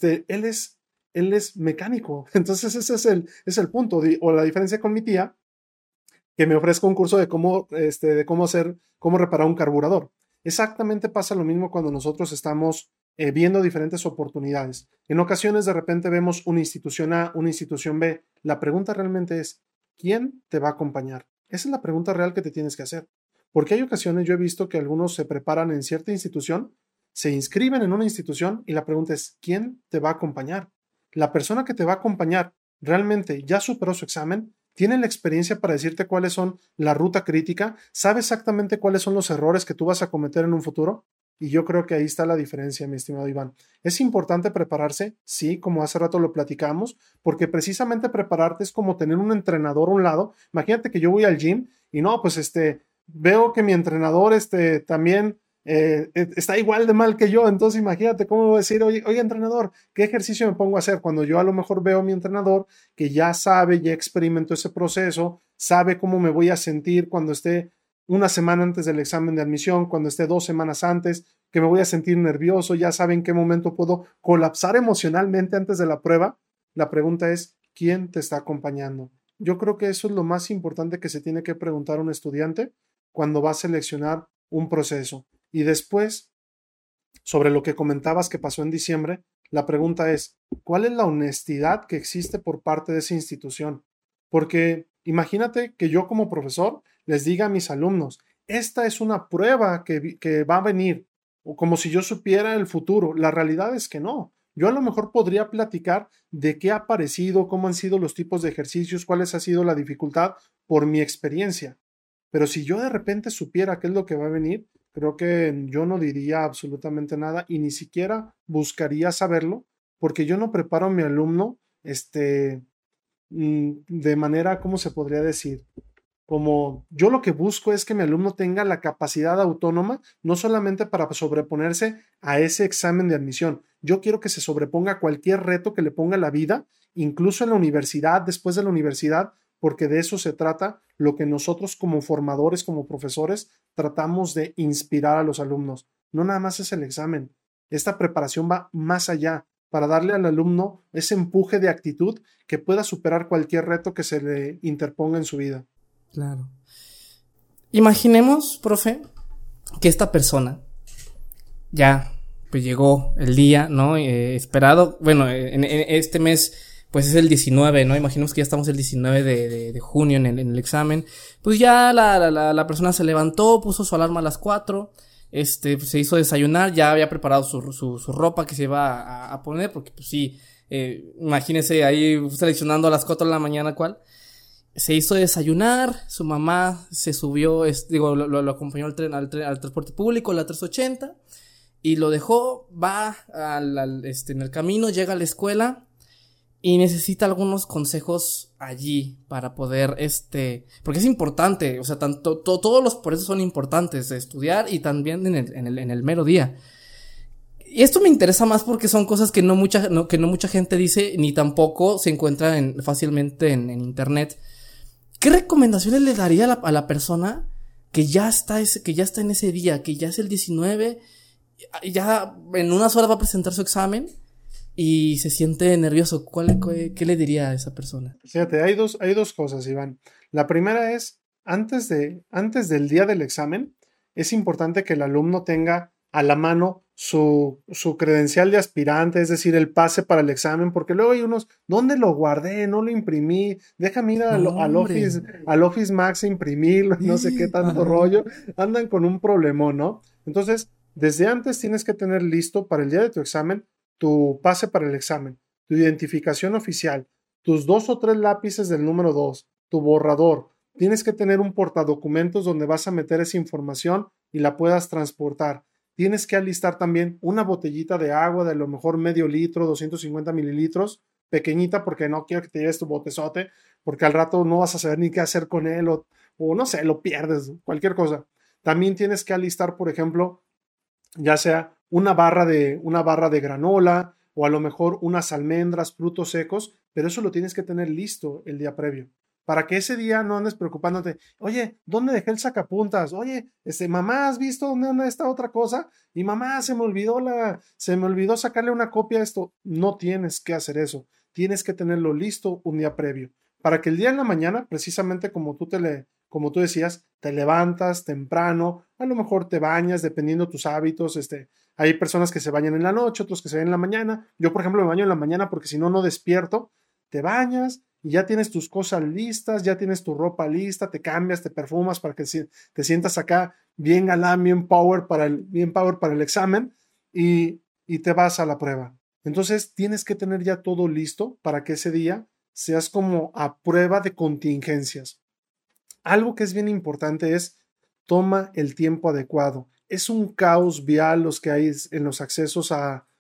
él es mecánico. Entonces ese es el punto. O la diferencia con mi tía, que me ofrezca un curso de cómo reparar un carburador. Exactamente pasa lo mismo cuando nosotros estamos viendo diferentes oportunidades. En ocasiones de repente vemos una institución A, una institución B. La pregunta realmente es, ¿quién te va a acompañar? Esa es la pregunta real que te tienes que hacer. Porque hay ocasiones, yo he visto que algunos se preparan en cierta institución, se inscriben en una institución y la pregunta es, ¿quién te va a acompañar? La persona que te va a acompañar realmente ya superó su examen, tiene la experiencia para decirte cuáles son la ruta crítica, sabe exactamente cuáles son los errores que tú vas a cometer en un futuro. Y yo creo que ahí está la diferencia, mi estimado Iván. ¿Es importante prepararse? Sí, como hace rato lo platicamos, porque precisamente prepararte es como tener un entrenador a un lado. Imagínate que yo voy al gym y no, pues veo que mi entrenador también está igual de mal que yo, entonces imagínate cómo voy a decir, oye, entrenador, ¿qué ejercicio me pongo a hacer? Cuando yo a lo mejor veo a mi entrenador que ya sabe, ya experimentó ese proceso, sabe cómo me voy a sentir cuando esté una semana antes del examen de admisión, cuando esté 2 semanas antes, que me voy a sentir nervioso, ya sabe en qué momento puedo colapsar emocionalmente antes de la prueba. La pregunta es, ¿quién te está acompañando? Yo creo que eso es lo más importante que se tiene que preguntar un estudiante cuando va a seleccionar un proceso. Y después, sobre lo que comentabas que pasó en diciembre, la pregunta es, ¿cuál es la honestidad que existe por parte de esa institución? Porque imagínate que yo como profesor les diga a mis alumnos, esta es una prueba que va a venir, o como si yo supiera el futuro. La realidad es que no. Yo a lo mejor podría platicar de qué ha parecido, cómo han sido los tipos de ejercicios, cuál ha sido la dificultad por mi experiencia. Pero si yo de repente supiera qué es lo que va a venir, creo que yo no diría absolutamente nada y ni siquiera buscaría saberlo, porque yo no preparo a mi alumno, de manera, ¿cómo se podría decir? Como yo lo que busco es que mi alumno tenga la capacidad autónoma, no solamente para sobreponerse a ese examen de admisión. Yo quiero que se sobreponga a cualquier reto que le ponga la vida, incluso en la universidad, después de la universidad, porque de eso se trata lo que nosotros como formadores, como profesores, tratamos de inspirar a los alumnos. No nada más es el examen. Esta preparación va más allá, para darle al alumno ese empuje de actitud que pueda superar cualquier reto que se le interponga en su vida. Claro. Imaginemos, profe, que esta persona ya, pues llegó el día, ¿no? Esperado. Bueno, en este mes, pues es el 19, ¿no? Imaginemos que ya estamos el 19 de junio en el examen. Pues ya la persona se levantó, puso su alarma a las 4. Pues se hizo desayunar, ya había preparado su ropa que se iba a poner, porque pues sí, imagínese ahí seleccionando a las 4 de la mañana cuál. Se hizo desayunar, su mamá se subió, lo acompañó al transporte público, la 380, y lo dejó, va en el camino, llega a la escuela y necesita algunos consejos allí para poder, porque es importante, o sea, todos los procesos son importantes de estudiar y también en el mero día. Y esto me interesa más porque son cosas que no mucha gente dice, ni tampoco se encuentran fácilmente en internet. ¿Qué recomendaciones le daría a la persona que ya está en ese día, que ya es el 19, ya en unas horas va a presentar su examen y se siente nervioso? ¿Qué le diría a esa persona? Fíjate, hay dos cosas, Iván. La primera es, antes del día del examen, es importante que el alumno tenga a la mano su credencial de aspirante, es decir, el pase para el examen, porque luego hay unos, ¿dónde lo guardé? No lo imprimí, déjame ir al Office Max a imprimirlo, no sé qué tanto rollo, andan con un problemón, ¿no? Entonces, desde antes tienes que tener listo para el día de tu examen tu pase para el examen, tu identificación oficial, tus 2 o 3 lápices del número 2, tu borrador. Tienes que tener un portadocumentos donde vas a meter esa información y la puedas transportar. Tienes que alistar también una botellita de agua de a lo mejor medio litro, 250 mililitros, pequeñita, porque no quiero que te lleves tu botezote, porque al rato no vas a saber ni qué hacer con él o no sé, lo pierdes, cualquier cosa. También tienes que alistar, por ejemplo, ya sea una barra de granola o a lo mejor unas almendras, frutos secos, pero eso lo tienes que tener listo el día previo. Para que ese día no andes preocupándote, oye, ¿dónde dejé el sacapuntas? Oye, mamá, ¿has visto dónde anda esta otra cosa? Y mamá, se me olvidó sacarle una copia a esto. No tienes que hacer eso. Tienes que tenerlo listo un día previo. Para que el día en la mañana, precisamente como tú decías, te levantas temprano, a lo mejor te bañas, dependiendo tus hábitos, hay personas que se bañan en la noche, otros que se bañan en la mañana. Yo, por ejemplo, me baño en la mañana porque si no, no despierto. Te bañas y ya tienes tus cosas listas, ya tienes tu ropa lista, te cambias, te perfumas para que te sientas acá bien galán, bien power para el examen y te vas a la prueba. Entonces tienes que tener ya todo listo para que ese día seas como a prueba de contingencias. Algo que es bien importante es toma el tiempo adecuado. Es un caos vial los que hay en los accesos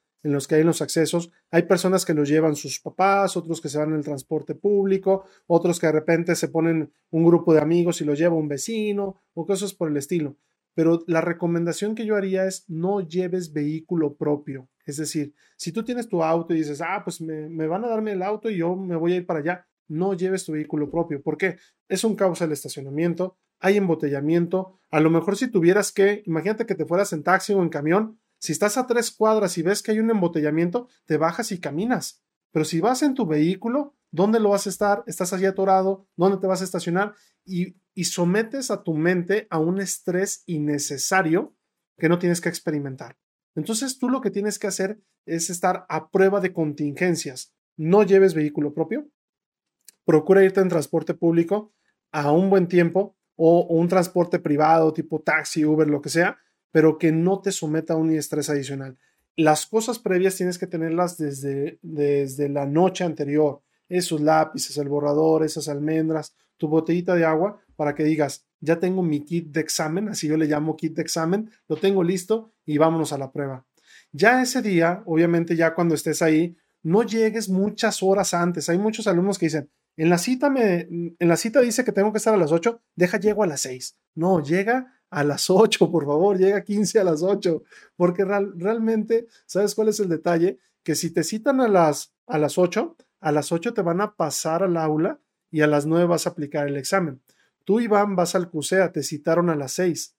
hay personas que los llevan sus papás, otros que se van en el transporte público, otros que de repente se ponen un grupo de amigos y los lleva un vecino o cosas por el estilo. Pero la recomendación que yo haría es no lleves vehículo propio. Es decir, si tú tienes tu auto y dices, pues me van a darme el auto y yo me voy a ir para allá, no lleves tu vehículo propio. ¿Por qué? Es un caos el estacionamiento, hay embotellamiento. A lo mejor si tuvieras imagínate que te fueras en taxi o en camión, si estás a 3 cuadras y ves que hay un embotellamiento, te bajas y caminas. Pero si vas en tu vehículo, ¿dónde lo vas a estar? ¿Estás allí atorado? ¿Dónde te vas a estacionar? Y sometes a tu mente a un estrés innecesario que no tienes que experimentar. Entonces tú lo que tienes que hacer es estar a prueba de contingencias. No lleves vehículo propio. Procura irte en transporte público a un buen tiempo o un transporte privado tipo taxi, Uber, lo que sea, pero que no te someta a un estrés adicional. Las cosas previas tienes que tenerlas desde la noche anterior. Esos lápices, el borrador, esas almendras, tu botellita de agua, para que digas, ya tengo mi kit de examen, así yo le llamo kit de examen, lo tengo listo y vámonos a la prueba. Ya ese día, obviamente ya cuando estés ahí, no llegues muchas horas antes. Hay muchos alumnos que dicen, en la cita dice que tengo que estar a las 8, llego a las 6. No, llega a las 8, por favor, llega 15 a las 8, porque realmente, ¿sabes cuál es el detalle? Que si te citan a las 8, a las 8 te van a pasar al aula y a las 9 vas a aplicar el examen. Tú, Iván, vas al CUSEA, te citaron a las 6.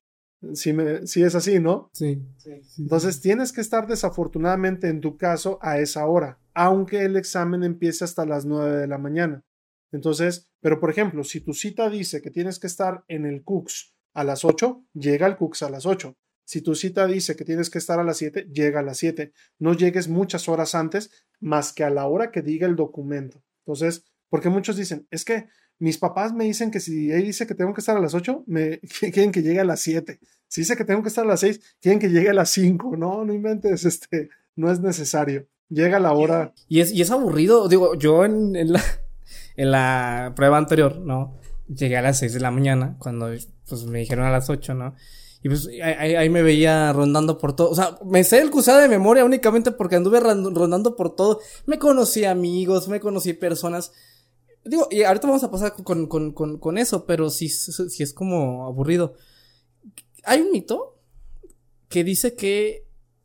Si es así, ¿no? Sí. Entonces tienes que estar desafortunadamente en tu caso a esa hora, aunque el examen empiece hasta las 9 de la mañana. Entonces, pero por ejemplo, si tu cita dice que tienes que estar en el CUCS a las 8, llega al CUCS a las 8. Si tu cita dice que tienes que estar a las 7, llega a las 7. No llegues muchas horas antes, más que a la hora que diga el documento. Entonces, porque muchos dicen, es que mis papás me dicen que si él dice que tengo que estar a las 8, me quieren que llegue a las 7. Si dice que tengo que estar a las 6, quieren que llegue a las 5. No inventes, no es necesario. Llega la hora. Y es aburrido. Digo, yo en la prueba anterior, ¿no? Llegué a las 6 de la mañana, cuando pues me dijeron a las 8, ¿no? Y pues ahí me veía rondando por todo. O sea, me sé el CUSA de memoria únicamente porque anduve rondando por todo. Me conocí amigos, me conocí personas. Digo, y ahorita vamos a pasar con eso, pero sí es como aburrido. Hay un mito que dice que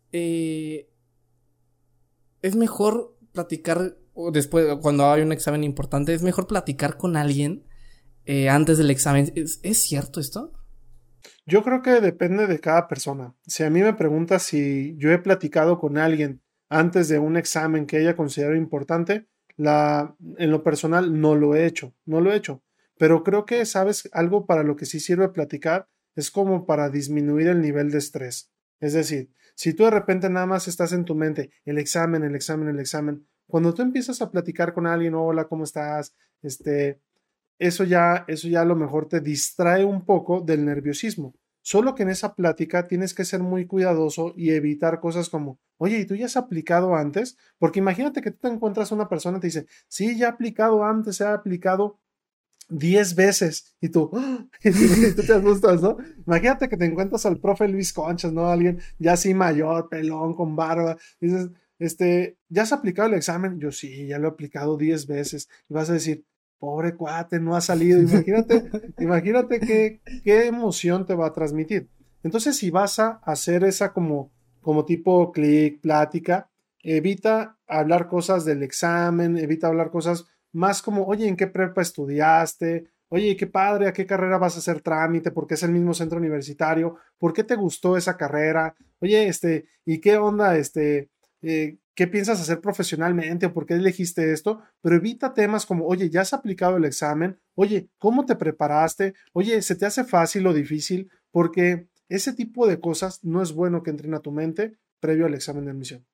es mejor platicar después, cuando hay un examen importante, es mejor platicar con alguien antes del examen. ¿Es cierto esto? Yo creo que depende de cada persona. Si a mí me preguntas si yo he platicado con alguien antes de un examen que ella considera importante, en lo personal no lo he hecho. Pero creo que, ¿sabes? Algo para lo que sí sirve platicar es como para disminuir el nivel de estrés. Es decir, si tú de repente nada más estás en tu mente, el examen, cuando tú empiezas a platicar con alguien, hola, ¿cómo estás? Eso ya a lo mejor te distrae un poco del nerviosismo. Solo que en esa plática tienes que ser muy cuidadoso y evitar cosas como, oye, ¿y tú ya has aplicado antes? Porque imagínate que tú te encuentras una persona y te dice, sí, ya he aplicado antes, he aplicado 10 veces y tú, ¡ah! Y tú te asustas, ¿no? Imagínate que te encuentras al profe Luis Conchas, ¿no? Alguien ya así mayor, pelón, con barba. Dices, ¿ya has aplicado el examen? Yo sí, ya lo he aplicado 10 veces. Y vas a decir, pobre cuate, no ha salido. Imagínate qué emoción te va a transmitir. Entonces, si vas a hacer esa como tipo clic, plática, evita hablar cosas del examen, evita hablar cosas más como, oye, ¿en qué prepa estudiaste? Oye, qué padre, ¿a qué carrera vas a hacer trámite? Porque es el mismo centro universitario. ¿Por qué te gustó esa carrera? Oye, ¿y qué onda, qué piensas hacer profesionalmente o por qué elegiste esto? Pero evita temas como, oye, ¿ya has aplicado el examen? Oye, ¿cómo te preparaste? Oye, ¿se te hace fácil o difícil? Porque ese tipo de cosas no es bueno que entren a tu mente previo al examen de admisión.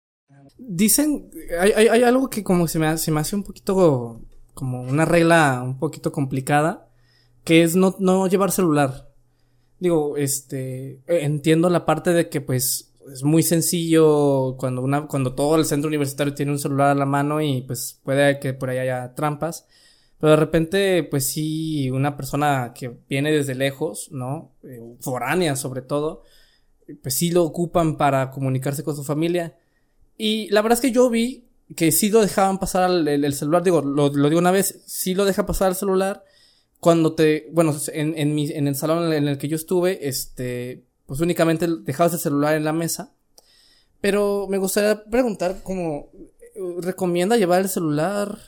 Dicen, hay algo que como se me hace un poquito como una regla un poquito complicada, que es no llevar celular. Digo, entiendo la parte de que pues es muy sencillo cuando todo el centro universitario tiene un celular a la mano y pues puede que por ahí haya trampas. Pero de repente, pues sí, una persona que viene desde lejos, ¿no? Foránea sobre todo, pues sí lo ocupan para comunicarse con su familia. Y la verdad es que yo vi que sí lo dejaban pasar el celular, digo, lo digo una vez, sí lo deja pasar el celular cuando en el salón en el que yo estuve, pues únicamente dejabas el celular en la mesa. Pero me gustaría preguntar cómo recomienda llevar el celular.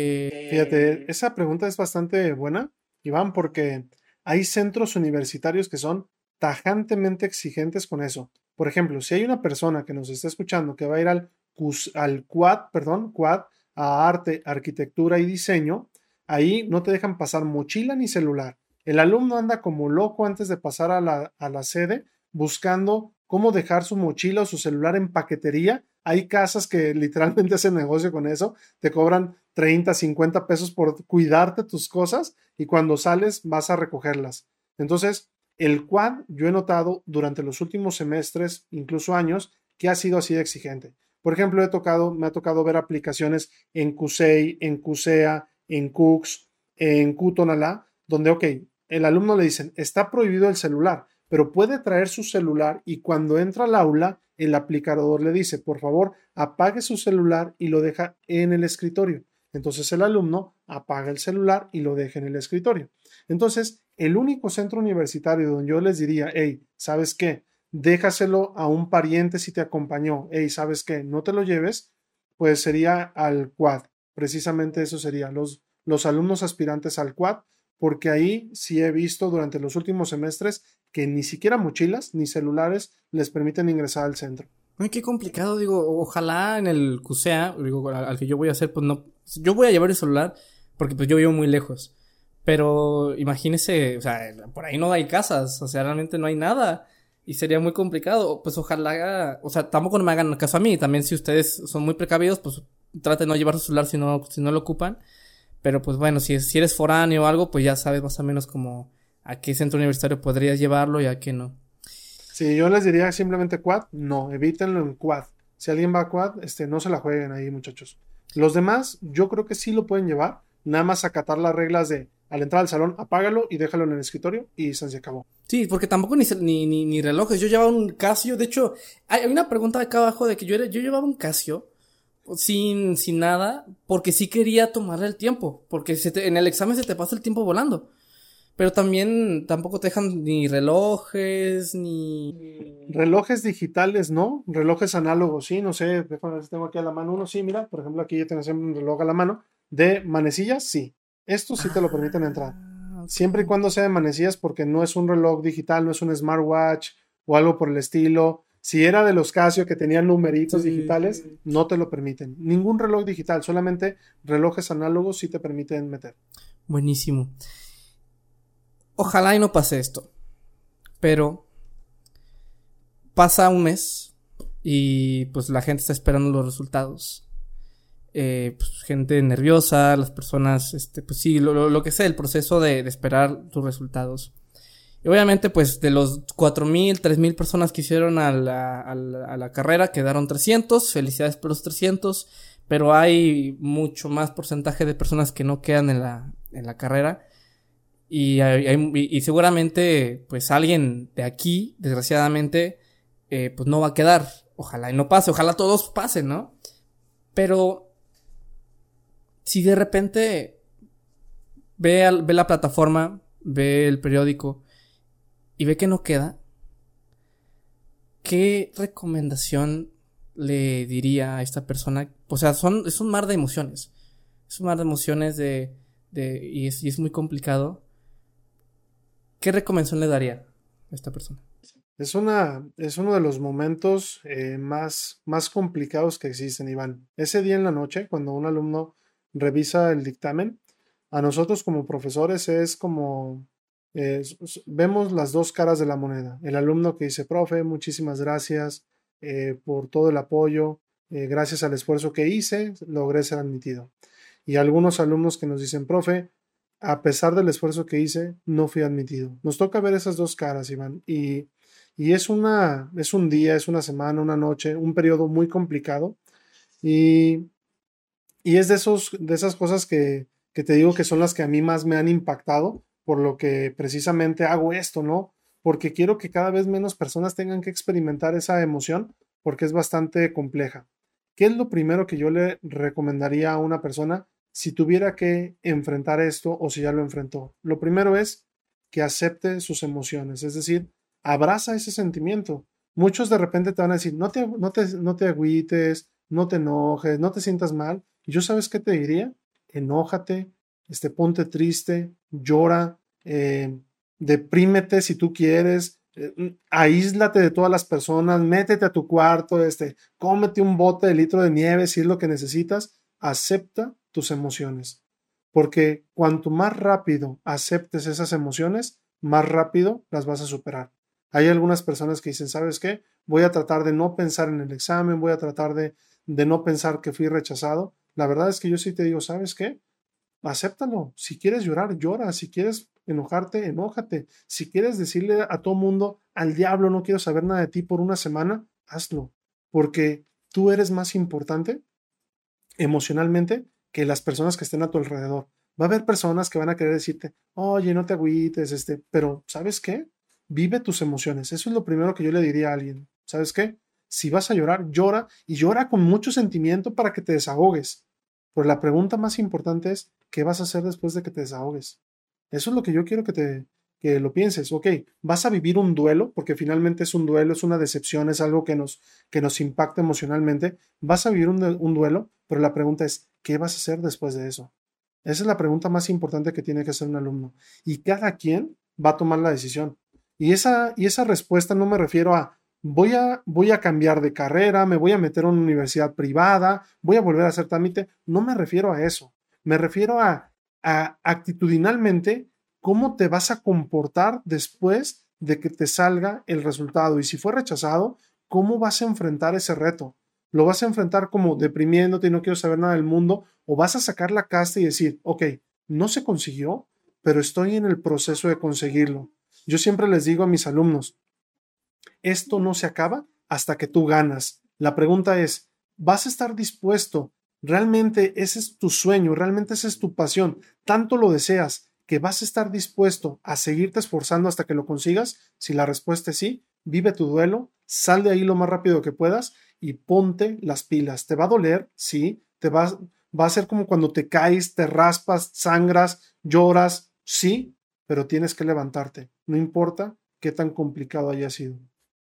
Fíjate, esa pregunta es bastante buena, Iván, porque hay centros universitarios que son tajantemente exigentes con eso. Por ejemplo, si hay una persona que nos está escuchando que va a ir al Quad, a arte, arquitectura y diseño, ahí no te dejan pasar mochila ni celular. El alumno anda como loco antes de pasar a la sede buscando cómo dejar su mochila o su celular en paquetería. Hay casas que literalmente hacen negocio con eso, te cobran 30, 50 pesos por cuidarte tus cosas y cuando sales vas a recogerlas. Entonces, el Quad yo he notado durante los últimos semestres, incluso años, que ha sido así de exigente. Por ejemplo, me ha tocado ver aplicaciones en CUSEI, en CUSEA, en CUCS, en QTonalá, donde, ok, el alumno le dicen, está prohibido el celular, pero puede traer su celular y cuando entra al aula, el aplicador le dice, por favor, apague su celular y lo deja en el escritorio. Entonces el alumno apaga el celular y lo deja en el escritorio. Entonces, el único centro universitario donde yo les diría, hey, ¿sabes qué? Déjaselo a un pariente si te acompañó. Hey, ¿sabes qué? No te lo lleves, pues sería al Quad. Precisamente eso sería los alumnos aspirantes al Quad, porque ahí sí he visto durante los últimos semestres que ni siquiera mochilas ni celulares les permiten ingresar al centro. Ay, qué complicado, digo, ojalá en el CUSEA, digo, al que yo voy a hacer, pues no, yo voy a llevar el celular porque pues yo vivo muy lejos, pero imagínese, o sea, por ahí no hay casas, o sea, realmente no hay nada y sería muy complicado, pues ojalá, o sea, tampoco no me hagan caso a mí, también si ustedes son muy precavidos, pues traten de no llevar su celular si no lo ocupan, pero pues bueno, si eres foráneo o algo, pues ya sabes más o menos como a qué centro universitario podrías llevarlo y a qué no. Si yo les diría simplemente Quad, no, evítenlo en Quad. Si alguien va a Quad, no se la jueguen ahí, muchachos. Los demás, yo creo que sí lo pueden llevar, nada más acatar las reglas de al entrar al salón, apágalo y déjalo en el escritorio y se acabó. Sí, porque tampoco ni relojes. Yo llevaba un Casio. De hecho, hay una pregunta acá abajo de que yo llevaba un Casio sin nada, porque sí quería tomarle el tiempo. Porque en el examen se te pasa el tiempo volando. Pero también tampoco te dejan ni relojes, ni... Relojes digitales, ¿no? Relojes análogos, sí, no sé, déjame ver si tengo aquí a la mano uno, sí, mira, por ejemplo, aquí ya tengo siempre un reloj a la mano. De manecillas, sí. Estos sí te lo permiten entrar. Okay. Siempre y cuando sea de manecillas, porque no es un reloj digital, no es un smartwatch o algo por el estilo. Si era de los Casio que tenían numeritos digitales, no te lo permiten. Ningún reloj digital, solamente relojes análogos sí te permiten meter. Buenísimo. Ojalá y no pase esto. Pero pasa un mes y pues la gente está esperando los resultados. Pues gente nerviosa, las personas, pues sí, lo que sea, el proceso de esperar tus resultados. Y obviamente, pues, de los 4,000, 3,000 personas que hicieron a la carrera, quedaron 300. Felicidades por los 300. Pero hay mucho más porcentaje de personas que no quedan en la carrera. Y seguramente, pues, alguien de aquí, desgraciadamente, pues no va a quedar. Ojalá y no pase. Ojalá todos pasen, ¿no? Pero, si de repente ve la plataforma, ve el periódico y ve que no queda, ¿qué recomendación le diría a esta persona? O sea, es un mar de emociones. Es un mar de emociones y es muy complicado. ¿Qué recomendación le daría a esta persona? Es uno de los momentos más complicados que existen, Iván. Ese día en la noche, cuando un alumno revisa el dictamen, a nosotros como profesores es como vemos las dos caras de la moneda. El alumno que dice, profe, muchísimas gracias por todo el apoyo, gracias al esfuerzo que hice, logré ser admitido. Y algunos alumnos que nos dicen, profe, a pesar del esfuerzo que hice, no fui admitido. Nos toca ver esas dos caras, Iván, y es un día, es una semana, una noche, un periodo muy complicado, y es de esas cosas que te digo que son las que a mí más me han impactado, por lo que precisamente hago esto, ¿no? Porque quiero que cada vez menos personas tengan que experimentar esa emoción, porque es bastante compleja. ¿Qué es lo primero que yo le recomendaría a una persona si tuviera que enfrentar esto o si ya lo enfrentó? Lo primero es que acepte sus emociones, es decir, abraza ese sentimiento. Muchos de repente te van a decir, no te agüites, no te enojes, no te sientas mal. Y yo, ¿sabes qué te diría? Enójate, ponte triste, llora, deprímete si tú quieres, aíslate de todas las personas, métete a tu cuarto, cómete un bote de litro de nieve si es lo que necesitas, acepta tus emociones. Porque cuanto más rápido aceptes esas emociones, más rápido las vas a superar. Hay algunas personas que dicen, ¿sabes qué? Voy a tratar de no pensar en el examen, voy a tratar de no pensar que fui rechazado. La verdad es que yo sí te digo, ¿sabes qué? Acéptalo. Si quieres llorar, llora. Si quieres enojarte, enójate. Si quieres decirle a todo mundo, al diablo, no quiero saber nada de ti por una semana, hazlo. Porque tú eres más importante emocionalmente que las personas que estén a tu alrededor. Va a haber personas que van a querer decirte, oye, no te agüites, pero ¿sabes qué? Vive tus emociones. Eso es lo primero que yo le diría a alguien. ¿Sabes qué? Si vas a llorar, llora y llora con mucho sentimiento para que te desahogues. Pero la pregunta más importante es, ¿qué vas a hacer después de que te desahogues? Eso es lo que yo quiero que lo pienses. Ok, vas a vivir un duelo, porque finalmente es un duelo, es una decepción, es algo que nos impacta emocionalmente. Vas a vivir un duelo, pero la pregunta es, ¿qué vas a hacer después de eso? Esa es la pregunta más importante que tiene que hacer un alumno. Y cada quien va a tomar la decisión. Y esa respuesta no me refiero a voy a cambiar de carrera, me voy a meter a una universidad privada, voy a volver a hacer trámite. No me refiero a eso. Me refiero a actitudinalmente cómo te vas a comportar después de que te salga el resultado. Y si fue rechazado, ¿cómo vas a enfrentar ese reto? ¿Lo vas a enfrentar como deprimiéndote y no quiero saber nada del mundo? ¿O vas a sacar la casta y decir, ok, no se consiguió, pero estoy en el proceso de conseguirlo? Yo siempre les digo a mis alumnos, esto no se acaba hasta que tú ganas. La pregunta es, ¿vas a estar dispuesto? ¿Realmente ese es tu sueño? ¿Realmente esa es tu pasión? ¿Tanto lo deseas que vas a estar dispuesto a seguirte esforzando hasta que lo consigas? Si la respuesta es sí, vive tu duelo, sal de ahí lo más rápido que puedas y ponte las pilas. ¿Te va a doler? Sí. Va a ser como cuando te caes, te raspas, sangras, lloras, sí, pero tienes que levantarte. No importa qué tan complicado haya sido.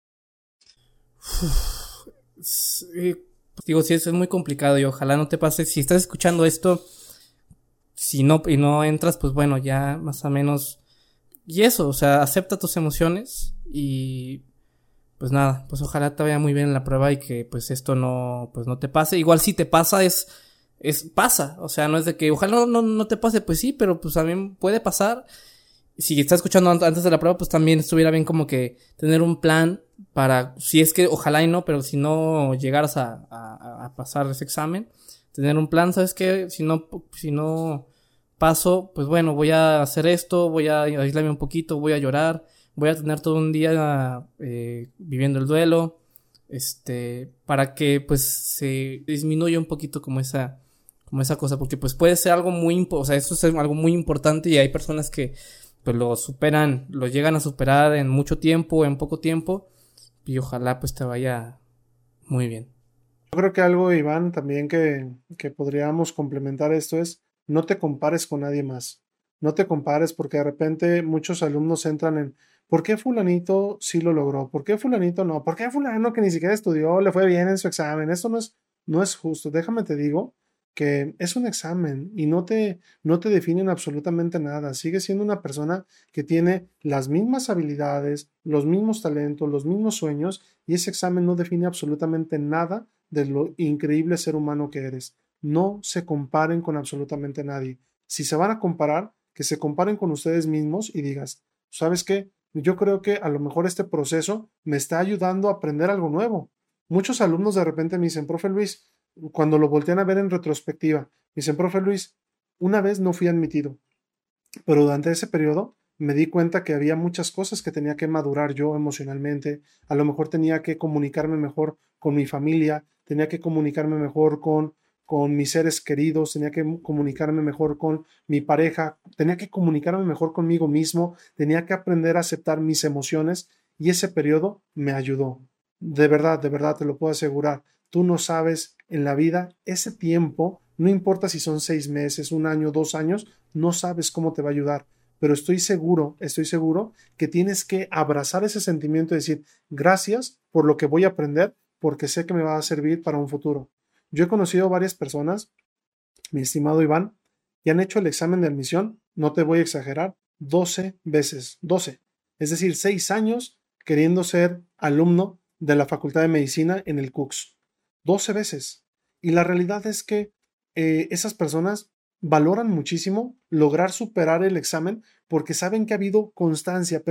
Sí, digo, sí, eso es muy complicado y ojalá no te pase. Si estás escuchando esto, si no, y no entras, pues bueno, ya más o menos. Y eso, o sea, acepta tus emociones y pues nada, pues ojalá te vaya muy bien en la prueba y que pues esto no te pase. Igual si te pasa pasa, o sea, no es de que ojalá no te pase, pues sí, pero pues también puede pasar. Si estás escuchando antes de la prueba, pues también estuviera bien como que tener un plan para, si es que ojalá y no, pero si no llegaras a pasar ese examen, tener un plan, ¿sabes qué? Si no paso, pues bueno, voy a hacer esto, voy a aislarme un poquito, voy a llorar, voy a tener todo un día viviendo el duelo, para que pues se disminuya un poquito como esa cosa, porque pues puede ser algo o sea, eso es algo muy importante y hay personas que pues lo superan, lo llegan a superar en mucho tiempo, en poco tiempo, y ojalá pues te vaya muy bien. Yo creo que algo, Iván, también que podríamos complementar esto es no te compares con nadie más. No te compares porque de repente muchos alumnos entran en ¿por qué fulanito sí lo logró? ¿Por qué fulanito no? ¿Por qué fulano que ni siquiera estudió le fue bien en su examen? Esto no es justo. Déjame te digo que es un examen y no te definen absolutamente nada. Sigue siendo una persona que tiene las mismas habilidades, los mismos talentos, los mismos sueños y ese examen no define absolutamente nada de lo increíble ser humano que eres. No se comparen con absolutamente nadie. Si se van a comparar, que se comparen con ustedes mismos y digas, ¿sabes qué? Yo creo que a lo mejor este proceso me está ayudando a aprender algo nuevo. Muchos alumnos de repente me dicen, profe Luis, cuando lo voltean a ver en retrospectiva, me dicen, profe Luis, una vez no fui admitido, pero durante ese periodo me di cuenta que había muchas cosas que tenía que madurar yo emocionalmente. A lo mejor tenía que comunicarme mejor con mi familia, tenía que comunicarme mejor con mis seres queridos, tenía que comunicarme mejor con mi pareja, tenía que comunicarme mejor conmigo mismo, tenía que aprender a aceptar mis emociones y ese periodo me ayudó. De verdad, te lo puedo asegurar. Tú no sabes en la vida ese tiempo, no importa si son 6 meses, un año, 2 años, no sabes cómo te va a ayudar, pero estoy seguro que tienes que abrazar ese sentimiento y decir, gracias por lo que voy a aprender, porque sé que me va a servir para un futuro. Yo he conocido varias personas, mi estimado Iván, que han hecho el examen de admisión, no te voy a exagerar, 12 veces, 12, es decir, 6 años queriendo ser alumno de la Facultad de Medicina en el CUCS, 12 veces. Y la realidad es que esas personas valoran muchísimo lograr superar el examen porque saben que ha habido constancia,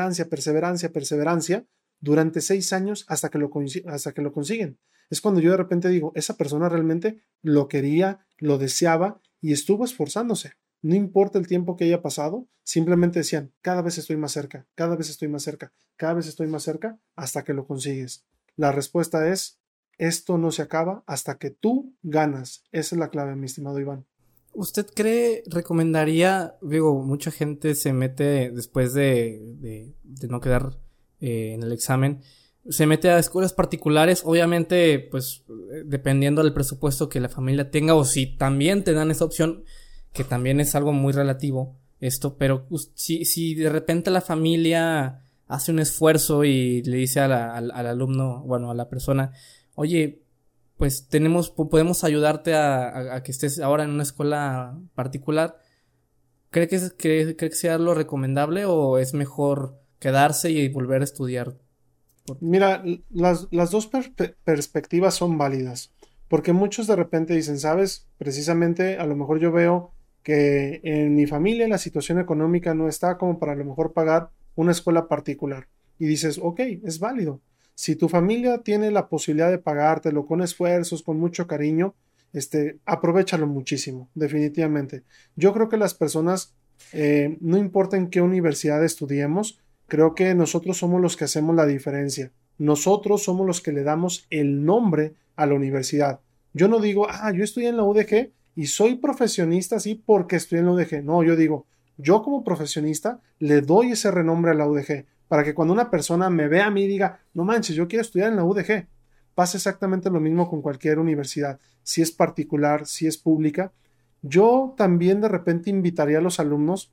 perseverancia durante 6 años hasta que lo consiguen. Es cuando yo de repente digo, esa persona realmente lo quería, lo deseaba y estuvo esforzándose. No importa el tiempo que haya pasado, simplemente decían, cada vez estoy más cerca, cada vez estoy más cerca, cada vez estoy más cerca hasta que lo consigues. La respuesta es, esto no se acaba hasta que tú ganas. Esa es la clave, mi estimado Iván. ¿Usted recomendaría, digo, mucha gente se mete después de no quedar en el examen, se mete a escuelas particulares, obviamente, pues, dependiendo del presupuesto que la familia tenga, o si también te dan esa opción, que también es algo muy relativo esto, pero si de repente la familia hace un esfuerzo y le dice al alumno, bueno, a la persona, oye, pues podemos ayudarte a que estés ahora en una escuela particular, ¿cree que sea lo recomendable o es mejor quedarse y volver a estudiar? Mira, las dos perspectivas son válidas, porque muchos de repente dicen, sabes, precisamente a lo mejor yo veo que en mi familia la situación económica no está como para a lo mejor pagar una escuela particular. Y dices, ok, es válido. Si tu familia tiene la posibilidad de pagártelo con esfuerzos, con mucho cariño, aprovéchalo muchísimo, definitivamente. Yo creo que las personas, no importa en qué universidad estudiemos, creo que nosotros somos los que hacemos la diferencia. Nosotros somos los que le damos el nombre a la universidad. Yo no digo, yo estudié en la UDG y soy profesionista así porque estudié en la UDG. No, yo digo, yo como profesionista le doy ese renombre a la UDG para que cuando una persona me vea a mí y diga, no manches, yo quiero estudiar en la UDG. Pasa exactamente lo mismo con cualquier universidad, si es particular, si es pública. Yo también de repente invitaría a los alumnos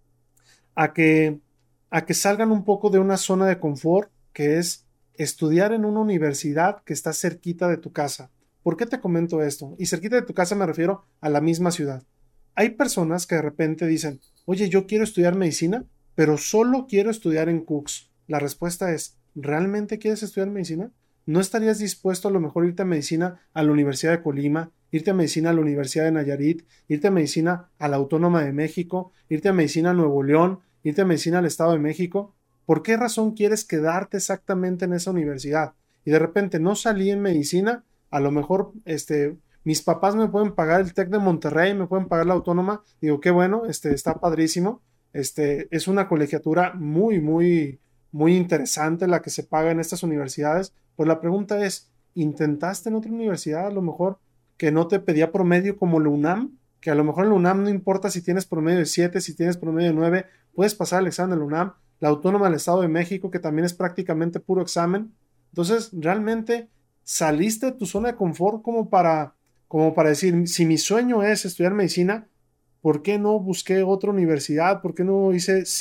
a que salgan un poco de una zona de confort, que es estudiar en una universidad que está cerquita de tu casa. ¿Por qué te comento esto? Y cerquita de tu casa me refiero a la misma ciudad. Hay personas que de repente dicen, oye, yo quiero estudiar medicina, pero solo quiero estudiar en CUCS. La respuesta es, ¿realmente quieres estudiar medicina? ¿No estarías dispuesto a lo mejor irte a medicina a la Universidad de Colima, irte a medicina a la Universidad de Nayarit, irte a medicina a la Autónoma de México, irte a medicina a Nuevo León, irte a medicina al Estado de México? ¿Por qué razón quieres quedarte exactamente en esa universidad? Y de repente no salí en medicina, a lo mejor mis papás me pueden pagar el TEC de Monterrey, me pueden pagar la Autónoma, digo, qué bueno, está padrísimo, es una colegiatura muy, muy, muy interesante la que se paga en estas universidades. Pues la pregunta es, ¿intentaste en otra universidad a lo mejor que no te pedía promedio como la UNAM? Que a lo mejor en la UNAM no importa si tienes promedio de 7, si tienes promedio de 9, puedes pasar el examen de la UNAM, la Autónoma del Estado de México, que también es prácticamente puro examen. Entonces, realmente saliste de tu zona de confort como para decir, si mi sueño es estudiar medicina, ¿por qué no busqué otra universidad? ¿Por qué no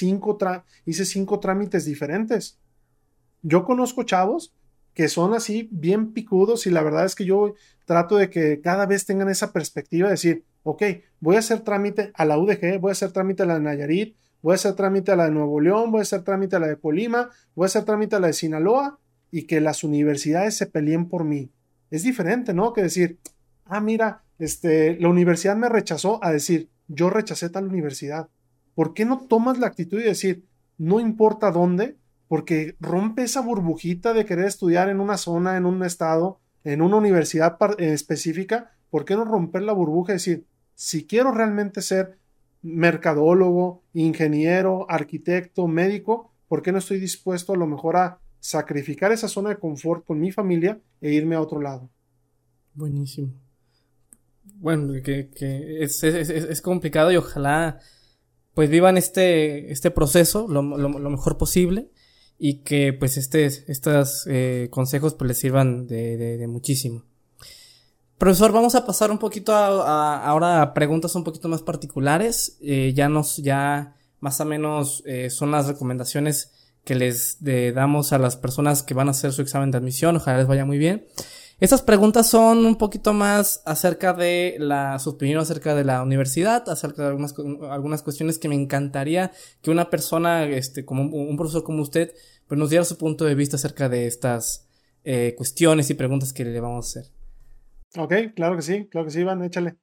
hice cinco trámites diferentes? Yo conozco chavos que son así bien picudos y la verdad es que yo trato de que cada vez tengan esa perspectiva de decir, ok, voy a hacer trámite a la UDG, voy a hacer trámite a la de Nayarit, voy a hacer trámite a la de Nuevo León, voy a hacer trámite a la de Colima, voy a hacer trámite a la de Sinaloa y que las universidades se peleen por mí. Es diferente, ¿no? Que decir, mira, la universidad me rechazó, a decir, yo rechacé tal universidad. ¿Por qué no tomas la actitud y decir, no importa dónde, porque rompe esa burbujita de querer estudiar en una zona, en un estado, en una universidad específica? ¿Por qué no romper la burbuja y decir, si quiero realmente ser mercadólogo, ingeniero, arquitecto, médico, ¿por qué no estoy dispuesto a lo mejor a sacrificar esa zona de confort con mi familia e irme a otro lado? Buenísimo. Bueno, que es complicado y ojalá pues vivan este proceso lo mejor posible y que pues estos consejos pues les sirvan de muchísimo. Profesor, vamos a pasar un poquito ahora a preguntas un poquito más particulares. Ya más o menos son las recomendaciones que les damos a las personas que van a hacer su examen de admisión. Ojalá les vaya muy bien. Estas preguntas son un poquito más acerca de su opinión acerca de la universidad, acerca de algunas cuestiones que me encantaría que una persona, como un profesor como usted, pues nos diera su punto de vista acerca de estas cuestiones y preguntas que le vamos a hacer. Ok, claro que sí, Iván, échale.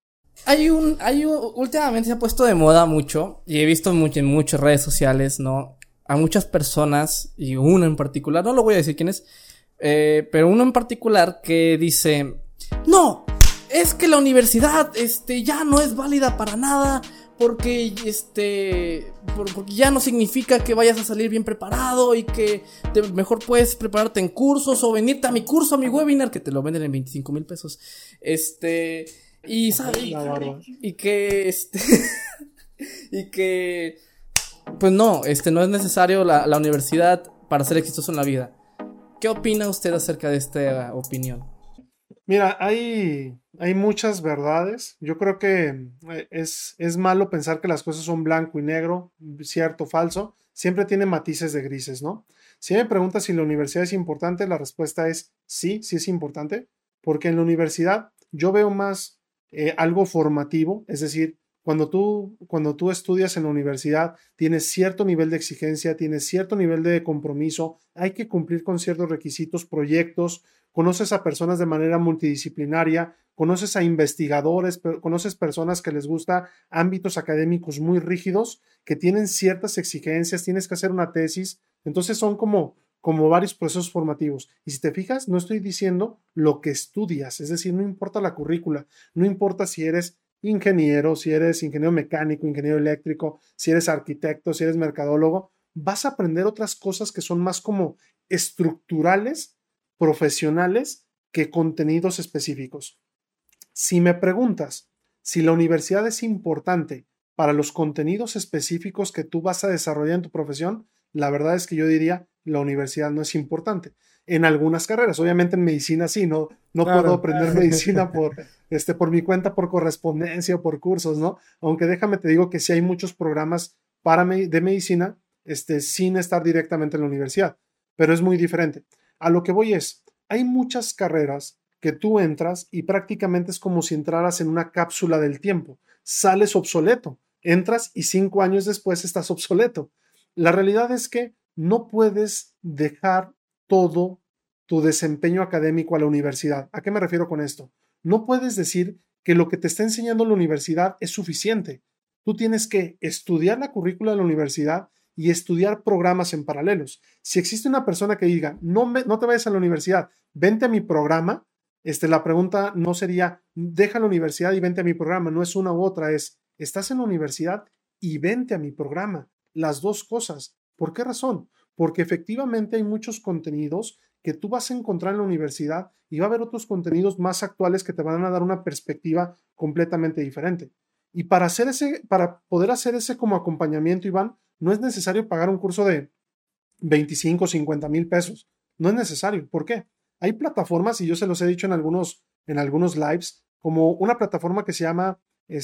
Últimamente se ha puesto de moda mucho, y he visto en muchas redes sociales, ¿no? A muchas personas, y uno en particular, no lo voy a decir quién es, pero uno en particular que dice, no, es que la universidad, ya no es válida para nada, porque, porque ya no significa que vayas a salir bien preparado y que mejor puedes prepararte en cursos o venirte a mi curso, a mi webinar, que te lo venden en 25,000 pesos, y que, y que, pues no es necesario la universidad para ser exitoso en la vida. ¿Qué opina usted acerca de esta opinión? Mira, hay muchas verdades. Yo creo que es malo pensar que las cosas son blanco y negro, cierto o falso. Siempre tiene matices de grises, ¿no? Si me preguntas si la universidad es importante, la respuesta es sí, sí es importante, porque en la universidad yo veo más algo formativo, es decir, cuando tú estudias en la universidad, tienes cierto nivel de exigencia, tienes cierto nivel de compromiso, hay que cumplir con ciertos requisitos, proyectos, conoces a personas de manera multidisciplinaria, conoces a investigadores, conoces personas que les gusta ámbitos académicos muy rígidos, que tienen ciertas exigencias, tienes que hacer una tesis, entonces son como varios procesos formativos. Y si te fijas, no estoy diciendo lo que estudias, es decir, no importa la currícula, no importa si eres ingeniero, si eres ingeniero mecánico, ingeniero eléctrico, si eres arquitecto, si eres mercadólogo, vas a aprender otras cosas que son más como estructurales, profesionales, que contenidos específicos. Si me preguntas si la universidad es importante para los contenidos específicos que tú vas a desarrollar en tu profesión, la verdad es que yo diría la universidad no es importante. En algunas carreras, obviamente en medicina sí, no claro, puedo aprender medicina por mi cuenta, por correspondencia o por cursos, ¿no? Aunque déjame te digo que sí hay muchos programas de medicina sin estar directamente en la universidad, pero es muy diferente. A lo que voy hay muchas carreras que tú entras y prácticamente es como si entraras en una cápsula del tiempo. Sales obsoleto, entras y 5 años después estás obsoleto. La realidad es que no puedes dejar todo tu desempeño académico a la universidad. ¿A qué me refiero con esto? No puedes decir que lo que te está enseñando la universidad es suficiente. Tú tienes que estudiar la currícula de la universidad y estudiar programas en paralelos. Si existe una persona que diga, no te vayas a la universidad, vente a mi programa, la pregunta no sería, deja la universidad y vente a mi programa, no es una u otra, estás en la universidad y vente a mi programa, las dos cosas. ¿Por qué razón? porque efectivamente hay muchos contenidos que tú vas a encontrar en la universidad y va a haber otros contenidos más actuales que te van a dar una perspectiva completamente diferente. Y para poder hacer ese como acompañamiento, Iván, no es necesario pagar un curso de 25 o 50 mil pesos. No es necesario. ¿Por qué? Hay plataformas, y yo se los he dicho en algunos lives, como una plataforma que se llama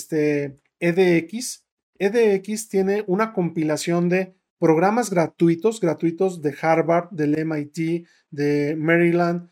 edX. edX tiene una compilación de programas gratuitos de Harvard, del MIT, de Maryland,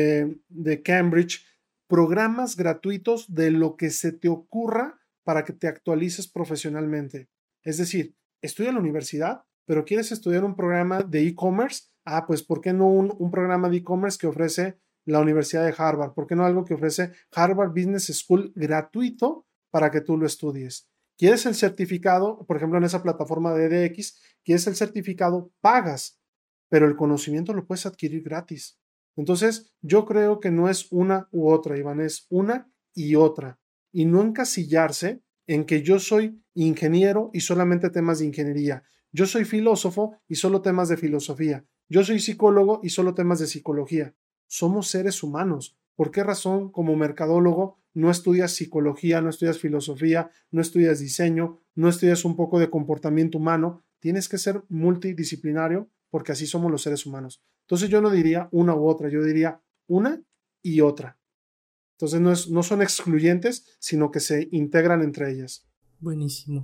de Cambridge, programas gratuitos de lo que se te ocurra para que te actualices profesionalmente. Es decir, estudia en la universidad, pero quieres estudiar un programa de e-commerce, pues ¿por qué no un programa de e-commerce que ofrece la Universidad de Harvard? ¿Por qué no algo que ofrece Harvard Business School gratuito para que tú lo estudies? ¿Quieres el certificado? Por ejemplo, en esa plataforma de edX, ¿quieres el certificado? Pagas, pero el conocimiento lo puedes adquirir gratis. Entonces, yo creo que no es una u otra, Iván, es una y otra. Y no encasillarse en que yo soy ingeniero y solamente temas de ingeniería. Yo soy filósofo y solo temas de filosofía. Yo soy psicólogo y solo temas de psicología. Somos seres humanos. ¿Por qué razón como mercadólogo no estudias psicología, no estudias filosofía, no estudias diseño, no estudias un poco de comportamiento humano? Tienes que ser multidisciplinario porque así somos los seres humanos. Entonces yo no diría una u otra, yo diría una y otra. Entonces no son excluyentes, sino que se integran entre ellas. Buenísimo.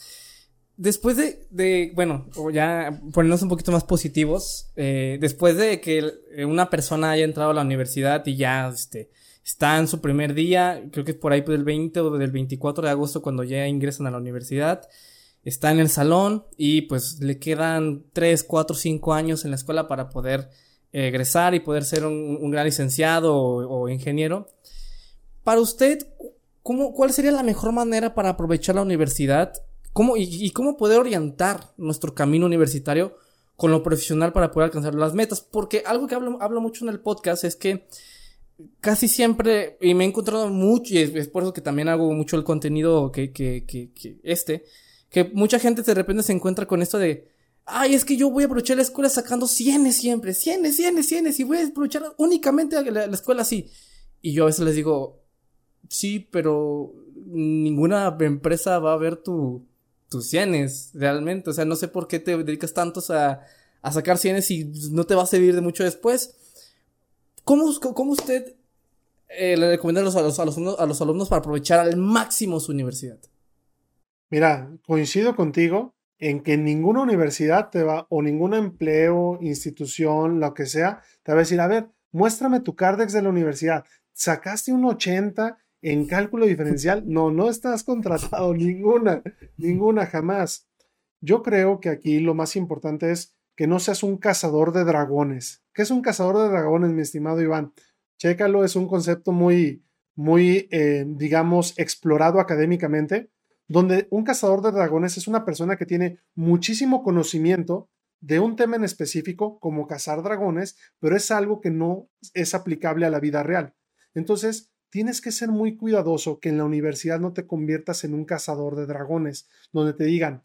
Después bueno, ya ponernos un poquito más positivos, después de que una persona haya entrado a la universidad y ya está en su primer día, creo que es por ahí del 20 o del 24 de agosto cuando ya ingresan a la universidad, está en el salón y pues le quedan 3, 4, 5 años en la escuela para poder egresar y poder ser un gran licenciado o ingeniero. Para usted, ¿cuál sería la mejor manera para aprovechar la universidad? ¿Cómo poder orientar nuestro camino universitario con lo profesional para poder alcanzar las metas? Porque algo que hablo mucho en el podcast es que casi siempre, y me he encontrado mucho, y es por eso que también hago mucho el contenido que mucha gente de repente se encuentra con esto de, es que yo voy a aprovechar la escuela sacando cienes siempre, cienes, y voy a aprovechar únicamente la escuela así. Y yo a veces les digo, sí, pero ninguna empresa va a ver tus cienes realmente. O sea, no sé por qué te dedicas tantos a sacar cienes y no te va a servir de mucho después. ¿Cómo usted le recomienda a los alumnos para aprovechar al máximo su universidad? Mira, coincido contigo en que ninguna universidad o ningún empleo, institución, lo que sea, te va a decir, a ver, muéstrame tu Cardex de la universidad. ¿Sacaste un 80 en cálculo diferencial? No estás contratado, ninguna jamás. Yo creo que aquí lo más importante es que no seas un cazador de dragones. ¿Qué es un cazador de dragones, mi estimado Iván? Chécalo, es un concepto muy, digamos, explorado académicamente, donde un cazador de dragones es una persona que tiene muchísimo conocimiento de un tema en específico, como cazar dragones, pero es algo que no es aplicable a la vida real. Entonces, tienes que ser muy cuidadoso que en la universidad no te conviertas en un cazador de dragones, donde te digan,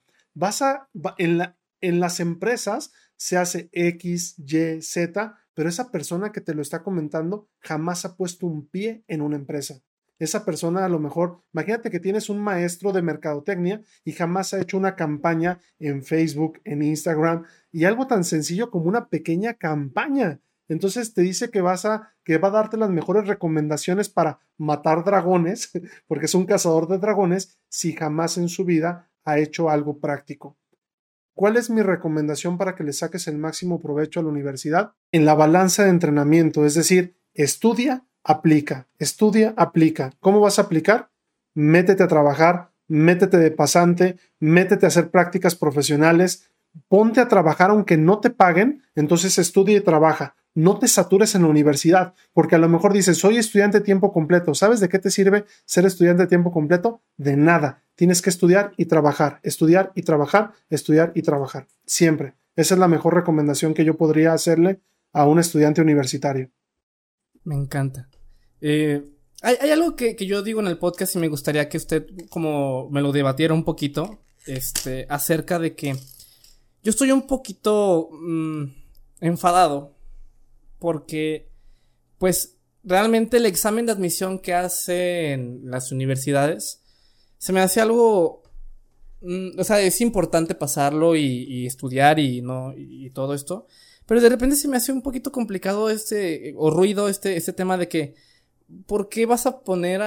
en las empresas se hace X, Y, Z, pero esa persona que te lo está comentando jamás ha puesto un pie en una empresa. Esa persona a lo mejor, imagínate que tienes un maestro de mercadotecnia y jamás ha hecho una campaña en Facebook, en Instagram y algo tan sencillo como una pequeña campaña. Entonces te dice que va a darte las mejores recomendaciones para matar dragones, porque es un cazador de dragones, si jamás en su vida ha hecho algo práctico. ¿Cuál es mi recomendación para que le saques el máximo provecho a la universidad? En la balanza de entrenamiento, es decir, estudia, aplica, estudia, aplica. ¿Cómo vas a aplicar? Métete a trabajar, métete de pasante, métete a hacer prácticas profesionales, ponte a trabajar aunque no te paguen, entonces estudia y trabaja. No te satures en la universidad, porque a lo mejor dices, soy estudiante de tiempo completo. ¿Sabes de qué te sirve ser estudiante de tiempo completo? De nada. Tienes que estudiar y trabajar, estudiar y trabajar, estudiar y trabajar. Siempre. Esa es la mejor recomendación que yo podría hacerle a un estudiante universitario. Me encanta. Hay algo que yo digo en el podcast y me gustaría que usted como me lo debatiera un poquito, acerca de que yo estoy un poquito enfadado porque, pues, realmente el examen de admisión que hacen las universidades se me hace algo, o sea, es importante pasarlo y estudiar y todo esto, pero de repente se me hace un poquito complicado o ruido este tema de que, ¿por qué vas a poner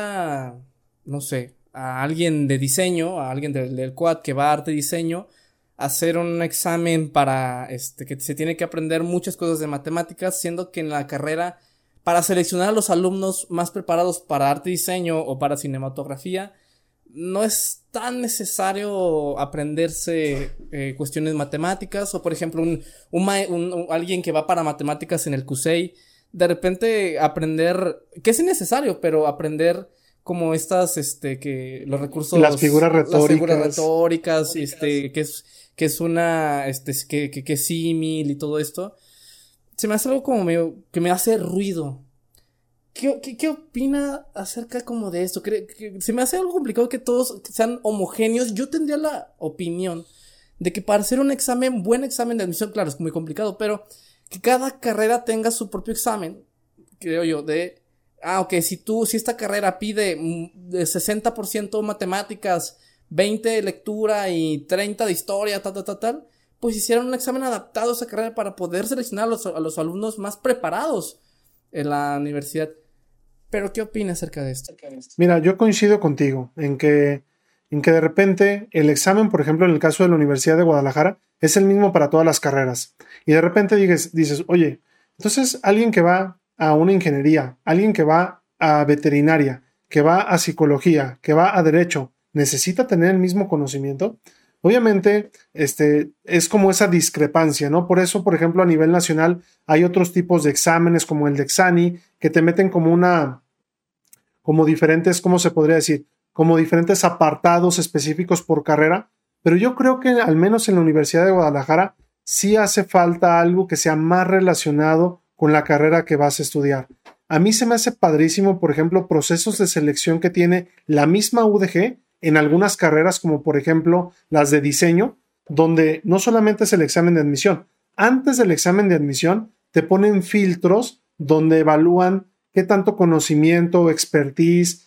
no sé, a alguien de diseño, a alguien del quad que va a arte y diseño, a hacer un examen para, que se tiene que aprender muchas cosas de matemáticas, siendo que en la carrera, para seleccionar a los alumnos más preparados para arte y diseño o para cinematografía, no es tan necesario aprenderse cuestiones matemáticas, o por ejemplo alguien que va para matemáticas en el CUSEI, de repente aprender, que es innecesario, pero aprender como estas, que los recursos, las figuras retóricas, que es una, que es símil y todo esto, se me hace algo como que me hace ruido. ¿Qué opina acerca como de esto? Se me hace algo complicado que todos sean homogéneos. Yo tendría la opinión de que para hacer un buen examen de admisión, claro, es muy complicado, pero que cada carrera tenga su propio examen, creo yo, ok, si esta carrera pide de 60% matemáticas, 20 de lectura y 30 de historia, tal, pues hicieran un examen adaptado a esa carrera para poder seleccionar a los alumnos más preparados en la universidad. Pero, ¿qué opinas acerca de esto? Mira, yo coincido contigo en que de repente el examen, por ejemplo, en el caso de la Universidad de Guadalajara, es el mismo para todas las carreras. Y de repente dices, oye, entonces alguien que va a una ingeniería, alguien que va a veterinaria, que va a psicología, que va a derecho, ¿necesita tener el mismo conocimiento? Obviamente, es como esa discrepancia, ¿no? Por eso, por ejemplo, a nivel nacional hay otros tipos de exámenes como el de Exani, que te meten como diferentes, ¿cómo se podría decir? Como diferentes apartados específicos por carrera, pero yo creo que al menos en la Universidad de Guadalajara sí hace falta algo que sea más relacionado con la carrera que vas a estudiar. A mí se me hace padrísimo, por ejemplo, procesos de selección que tiene la misma UDG en algunas carreras, como por ejemplo las de diseño, donde no solamente es el examen de admisión. Antes del examen de admisión te ponen filtros donde evalúan qué tanto conocimiento, expertise,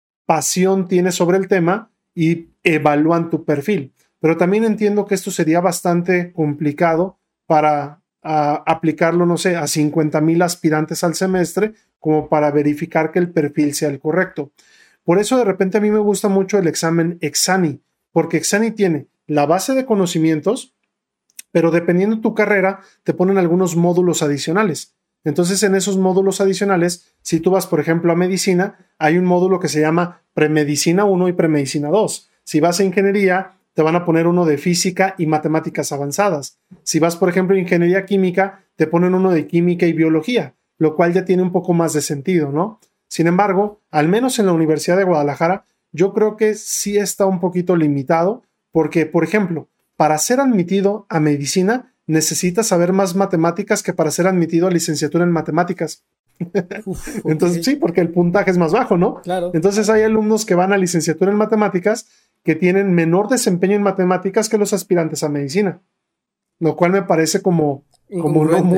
pasión tienes sobre el tema y evalúan tu perfil. Pero también entiendo que esto sería bastante complicado para aplicarlo, no sé, a 50,000 aspirantes al semestre, como para verificar que el perfil sea el correcto. Por eso de repente a mí me gusta mucho el examen Exani, porque Exani tiene la base de conocimientos, pero dependiendo de tu carrera te ponen algunos módulos adicionales. Entonces en esos módulos adicionales, si tú vas por ejemplo a medicina, hay un módulo que se llama Premedicina 1 y Premedicina 2. Si vas a ingeniería, te van a poner uno de física y matemáticas avanzadas. Si vas por ejemplo a ingeniería química, te ponen uno de química y biología, lo cual ya tiene un poco más de sentido, ¿no? Sin embargo, al menos en la Universidad de Guadalajara, yo creo que sí está un poquito limitado porque, por ejemplo, para ser admitido a medicina necesitas saber más matemáticas que para ser admitido a licenciatura en matemáticas. Okay. Entonces, sí, porque el puntaje es más bajo, ¿no? Claro. Entonces hay alumnos que van a licenciatura en matemáticas que tienen menor desempeño en matemáticas que los aspirantes a medicina, lo cual me parece como no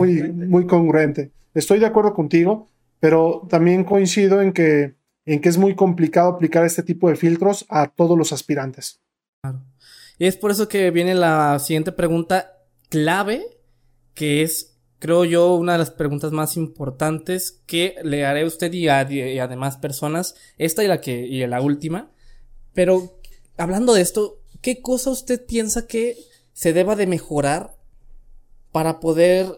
muy congruente. Estoy de acuerdo contigo, pero también coincido en que es muy complicado aplicar este tipo de filtros a todos los aspirantes. Claro. Y es por eso que viene la siguiente pregunta clave, que es, creo yo, una de las preguntas más importantes que le haré a usted y a demás personas, esta y la última. Pero hablando de esto, ¿qué cosa usted piensa que se deba de mejorar para poder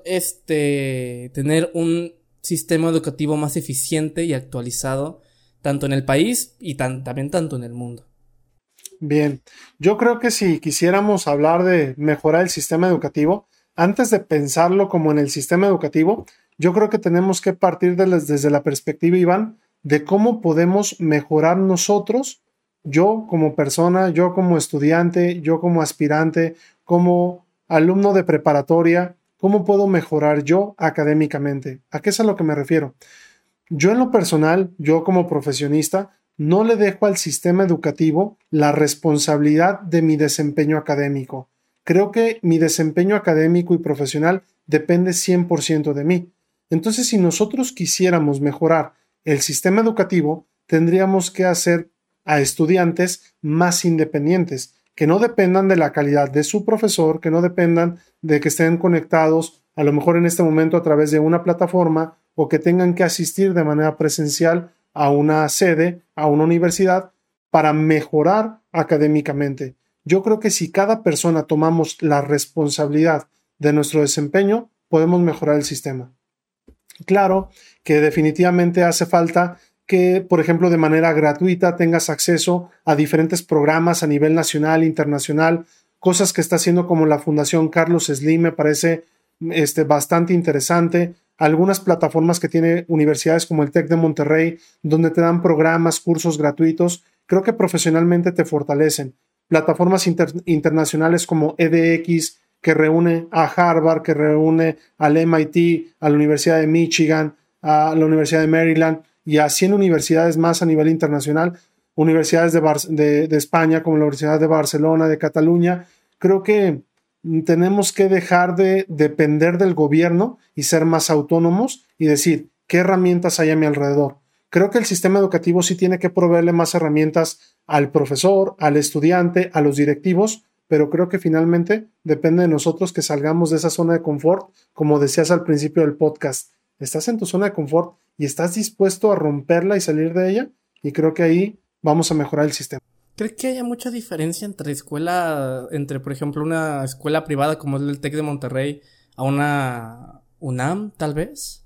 tener un sistema educativo más eficiente y actualizado tanto en el país y también tanto en el mundo? Bien, yo creo que si quisiéramos hablar de mejorar el sistema educativo, antes de pensarlo como en el sistema educativo, yo creo que tenemos que partir desde la perspectiva, Iván, de cómo podemos mejorar nosotros, yo como persona, yo como estudiante, yo como aspirante, como alumno de preparatoria, cómo puedo mejorar yo académicamente. ¿A qué es a lo que me refiero? Yo en lo personal, yo como profesionista, no le dejo al sistema educativo la responsabilidad de mi desempeño académico. creo que mi desempeño académico y profesional depende 100% de mí. Entonces, si nosotros quisiéramos mejorar el sistema educativo, tendríamos que hacer a estudiantes más independientes, que no dependan de la calidad de su profesor, que no dependan de que estén conectados a lo mejor en este momento a través de una plataforma o que tengan que asistir de manera presencial a una sede, a una universidad, para mejorar académicamente. Yo creo que si cada persona tomamos la responsabilidad de nuestro desempeño, podemos mejorar el sistema. Claro que definitivamente hace falta que, por ejemplo, de manera gratuita tengas acceso a diferentes programas a nivel nacional, internacional, cosas que está haciendo como la Fundación Carlos Slim me parece bastante interesante. Algunas plataformas que tiene universidades como el TEC de Monterrey, donde te dan programas, cursos gratuitos, creo que profesionalmente te fortalecen. Plataformas internacionales como edX, que reúne a Harvard, que reúne al MIT, a la Universidad de Michigan, a la Universidad de Maryland y a 100 universidades más a nivel internacional, universidades de España como la Universidad de Barcelona, de Cataluña. Creo que tenemos que dejar de depender del gobierno y ser más autónomos y decir qué herramientas hay a mi alrededor. Creo que el sistema educativo sí tiene que proveerle más herramientas al profesor, al estudiante, a los directivos, pero creo que finalmente depende de nosotros que salgamos de esa zona de confort, como decías al principio del podcast. Estás en tu zona de confort y estás dispuesto a romperla y salir de ella, y creo que ahí vamos a mejorar el sistema. ¿Crees que haya mucha diferencia entre, por ejemplo, una escuela privada como es el TEC de Monterrey a una UNAM, tal vez?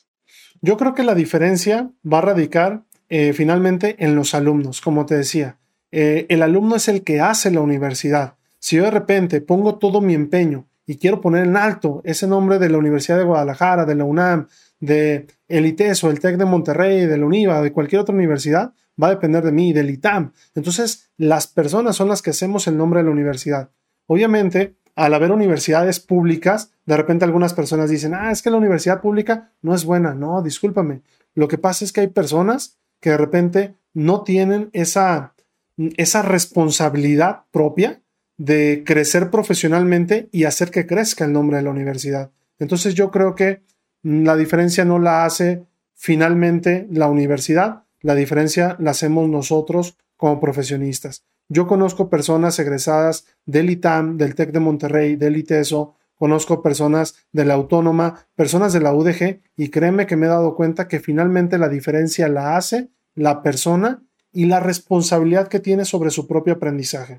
Yo creo que la diferencia va a radicar finalmente en los alumnos, como te decía. El alumno es el que hace la universidad. Si yo de repente pongo todo mi empeño y quiero poner en alto ese nombre de la Universidad de Guadalajara, de la UNAM, de el ITESO, el TEC de Monterrey, de la UNIVA, de cualquier otra universidad, va a depender de mí, del ITAM. Entonces, las personas son las que hacemos el nombre de la universidad. Obviamente, al haber universidades públicas, de repente algunas personas dicen, es que la universidad pública no es buena. No, discúlpame. Lo que pasa es que hay personas que de repente no tienen esa responsabilidad propia de crecer profesionalmente y hacer que crezca el nombre de la universidad. Entonces yo creo que la diferencia no la hace finalmente la universidad, la diferencia la hacemos nosotros como profesionistas. Yo conozco personas egresadas del ITAM, del TEC de Monterrey, del ITESO, conozco personas de la Autónoma, personas de la UDG, y créeme que me he dado cuenta que finalmente la diferencia la hace la persona y la responsabilidad que tiene sobre su propio aprendizaje.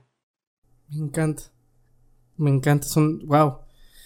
Me encanta, wow.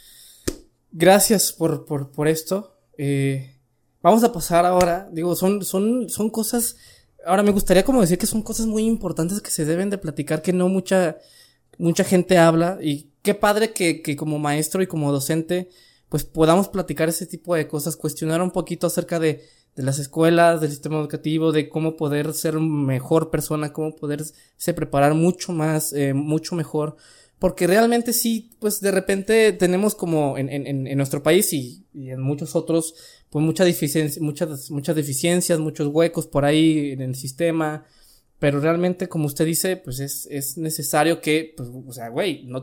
Gracias por esto. Vamos a pasar ahora, son cosas, ahora me gustaría como decir que son cosas muy importantes que se deben de platicar, que no mucha gente habla, y qué padre que como maestro y como docente pues podamos platicar ese tipo de cosas, cuestionar un poquito acerca de las escuelas, del sistema educativo, de cómo poder ser mejor persona, cómo poderse preparar mucho más, mucho mejor, porque realmente sí, pues de repente tenemos como en nuestro país y en muchos otros, pues muchas deficiencias, muchos huecos por ahí en el sistema, pero realmente, como usted dice, pues es necesario que, pues, o sea, güey, no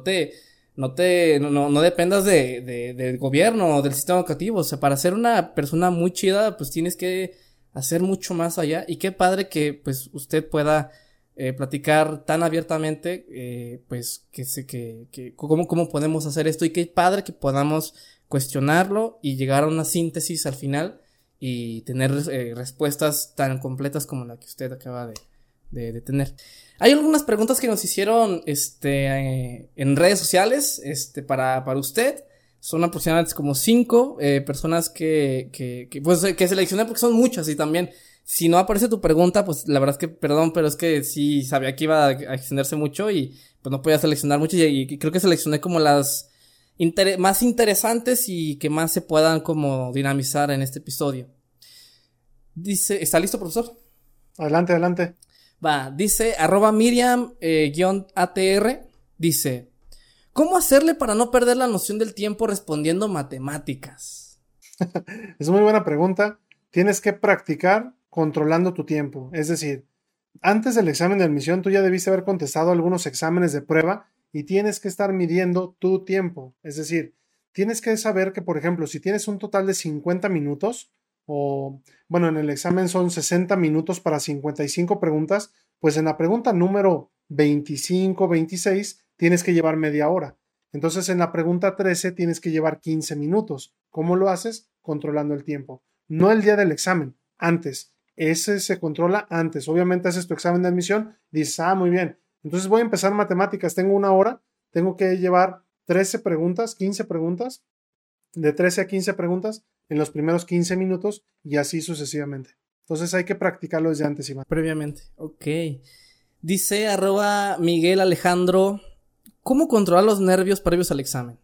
dependas del gobierno o del sistema educativo. O sea, para ser una persona muy chida, pues tienes que hacer mucho más allá. Y qué padre que, pues, usted pueda platicar tan abiertamente, pues, cómo podemos hacer esto. Y qué padre que podamos cuestionarlo y llegar a una síntesis al final y tener respuestas tan completas como la que usted acaba de tener. Hay algunas preguntas que nos hicieron en redes sociales para usted. Son aproximadamente como 5 personas que seleccioné porque son muchas, y también si no aparece tu pregunta, pues la verdad es que perdón, pero es que sí sabía que iba a extenderse mucho y pues no podía seleccionar mucho, y creo que seleccioné como las más interesantes y que más se puedan como dinamizar en este episodio. Dice, ¿está listo, profesor? Adelante. Dice @Miriam _ATR, dice, ¿cómo hacerle para no perder la noción del tiempo respondiendo matemáticas? Es muy buena pregunta. Tienes que practicar controlando tu tiempo. Es decir, antes del examen de admisión tú ya debiste haber contestado algunos exámenes de prueba y tienes que estar midiendo tu tiempo. Es decir, tienes que saber que, por ejemplo, si tienes un total de 50 minutos, o bueno, en el examen son 60 minutos para 55 preguntas, pues en la pregunta número 25, 26 tienes que llevar media hora. Entonces en la pregunta 13 tienes que llevar 15 minutos. ¿Cómo lo haces? Controlando el tiempo. No el día del examen, antes. Ese se controla antes. Obviamente haces tu examen de admisión, dices, muy bien. Entonces voy a empezar matemáticas, tengo una hora, tengo que llevar 13 preguntas, 15 preguntas, de 13 a 15 preguntas en los primeros 15 minutos y así sucesivamente. Entonces hay que practicarlo desde antes, Iván. Previamente, ok. Dice @Miguel Alejandro, ¿cómo controlar los nervios previos al examen?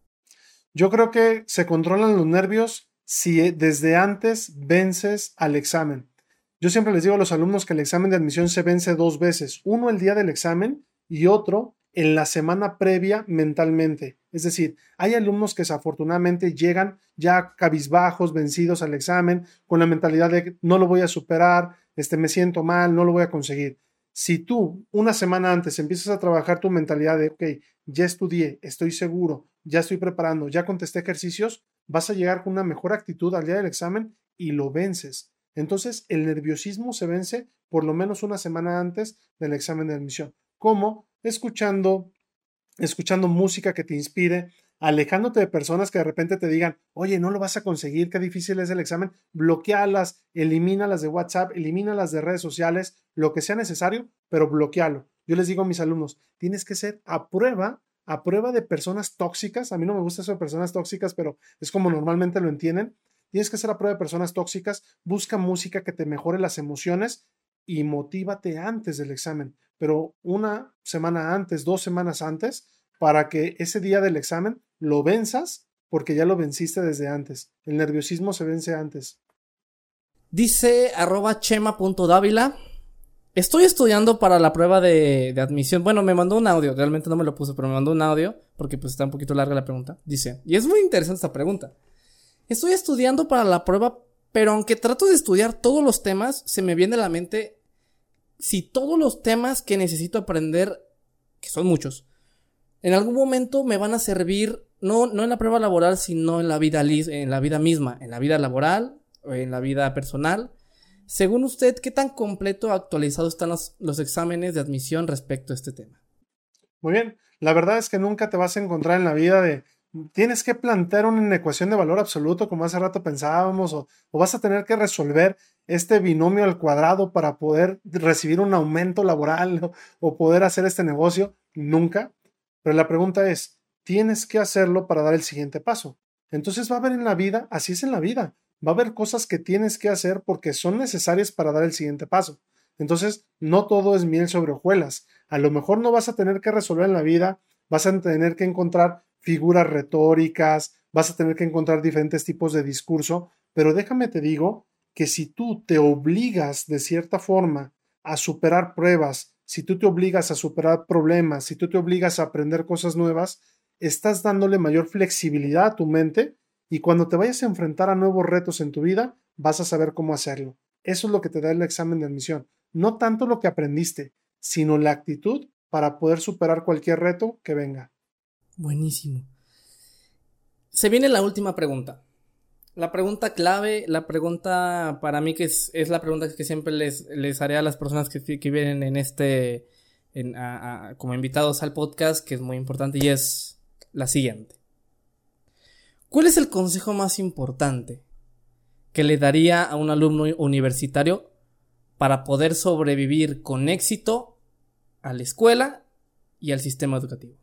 Yo creo que se controlan los nervios si desde antes vences al examen. Yo siempre les digo a los alumnos que el examen de admisión se vence 2 veces, uno el día del examen y otro en la semana previa mentalmente. Es decir, hay alumnos que desafortunadamente llegan ya cabizbajos, vencidos al examen, con la mentalidad de no lo voy a superar, me siento mal, no lo voy a conseguir. Si tú una semana antes empiezas a trabajar tu mentalidad de, ok, ya estudié, estoy seguro, ya estoy preparando, ya contesté ejercicios, vas a llegar con una mejor actitud al día del examen y lo vences. Entonces, el nerviosismo se vence por lo menos una semana antes del examen de admisión. ¿Cómo? Escuchando música que te inspire, alejándote de personas que de repente te digan, oye, no lo vas a conseguir, qué difícil es el examen, bloquealas, elimínalas de WhatsApp, elimínalas de redes sociales, lo que sea necesario, pero bloquealo. Yo les digo a mis alumnos, tienes que ser a prueba de personas tóxicas. A mí no me gusta eso de personas tóxicas, pero es como normalmente lo entienden. Tienes que ser a prueba de personas tóxicas, busca música que te mejore las emociones y motívate antes del examen, pero una semana antes, 2 semanas antes, para que ese día del examen lo venzas, porque ya lo venciste desde antes. El nerviosismo se vence antes. Dice @chema.davila, estoy estudiando para la prueba de admisión. Bueno, me mandó un audio, realmente no me lo puso, pero me mandó un audio, porque pues está un poquito larga la pregunta. Dice, y es muy interesante esta pregunta. Estoy estudiando para la prueba, pero aunque trato de estudiar todos los temas, se me viene a la mente si todos los temas que necesito aprender, que son muchos, en algún momento me van a servir, no en la prueba laboral, sino en la vida misma, en la vida laboral o en la vida personal. Según usted, ¿qué tan completo o actualizado están los exámenes de admisión respecto a este tema? Muy bien, la verdad es que nunca te vas a encontrar en la vida de tienes que plantear una ecuación de valor absoluto como hace rato pensábamos o vas a tener que resolver este binomio al cuadrado para poder recibir un aumento laboral o poder hacer este negocio. Nunca. Pero la pregunta es, tienes que hacerlo para dar el siguiente paso. Entonces va a haber en la vida, así es en la vida, va a haber cosas que tienes que hacer porque son necesarias para dar el siguiente paso. Entonces, no todo es miel sobre hojuelas. A lo mejor no vas a tener que resolver en la vida, vas a tener que encontrar figuras retóricas, vas a tener que encontrar diferentes tipos de discurso, pero déjame te digo que si tú te obligas de cierta forma a superar pruebas, si tú te obligas a superar problemas, si tú te obligas a aprender cosas nuevas, estás dándole mayor flexibilidad a tu mente y cuando te vayas a enfrentar a nuevos retos en tu vida, vas a saber cómo hacerlo. Eso es lo que te da el examen de admisión. No tanto lo que aprendiste, sino la actitud para poder superar cualquier reto que venga. Buenísimo. Se viene la última pregunta. La pregunta clave, la pregunta para mí que es la pregunta que siempre les haré a las personas que vienen como invitados al podcast, que es muy importante, y es la siguiente. ¿Cuál es el consejo más importante que le daría a un alumno universitario para poder sobrevivir con éxito a la escuela y al sistema educativo?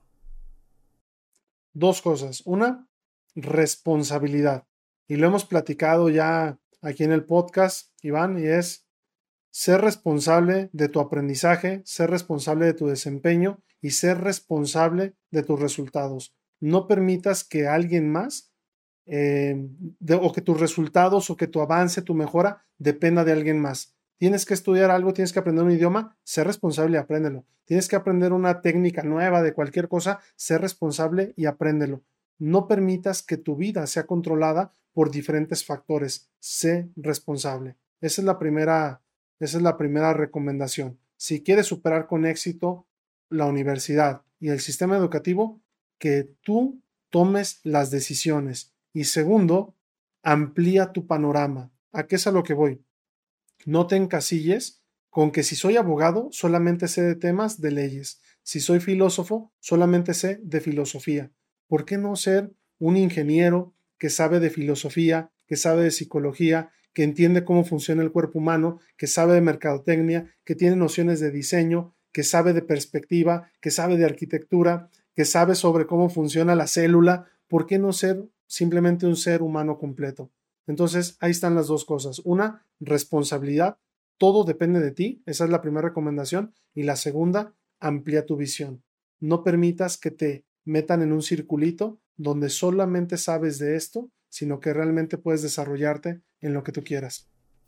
2 cosas. Una, responsabilidad. Y lo hemos platicado ya aquí en el podcast, Iván, y es ser responsable de tu aprendizaje, ser responsable de tu desempeño y ser responsable de tus resultados. No permitas que alguien más o que tus resultados o que tu avance, tu mejora dependa de alguien más. Tienes que estudiar algo, tienes que aprender un idioma, sé responsable y apréndelo. Tienes que aprender una técnica nueva de cualquier cosa, sé responsable y apréndelo. No permitas que tu vida sea controlada por diferentes factores. Sé responsable. Esa es la primera recomendación. Si quieres superar con éxito la universidad y el sistema educativo, que tú tomes las decisiones. Y segundo, amplía tu panorama. ¿A qué es a lo que voy? No te encasilles con que si soy abogado, solamente sé de temas de leyes. Si soy filósofo, solamente sé de filosofía. ¿Por qué no ser un ingeniero que sabe de filosofía, que sabe de psicología, que entiende cómo funciona el cuerpo humano, que sabe de mercadotecnia, que tiene nociones de diseño, que sabe de perspectiva, que sabe de arquitectura, que sabe sobre cómo funciona la célula? ¿Por qué no ser simplemente un ser humano completo? Entonces, ahí están las dos cosas. Una, responsabilidad. Todo depende de ti. Esa es la primera recomendación. Y la segunda, amplía tu visión. No permitas que te metan en un circulito donde solamente sabes de esto, sino que realmente puedes desarrollarte en lo que tú quieras.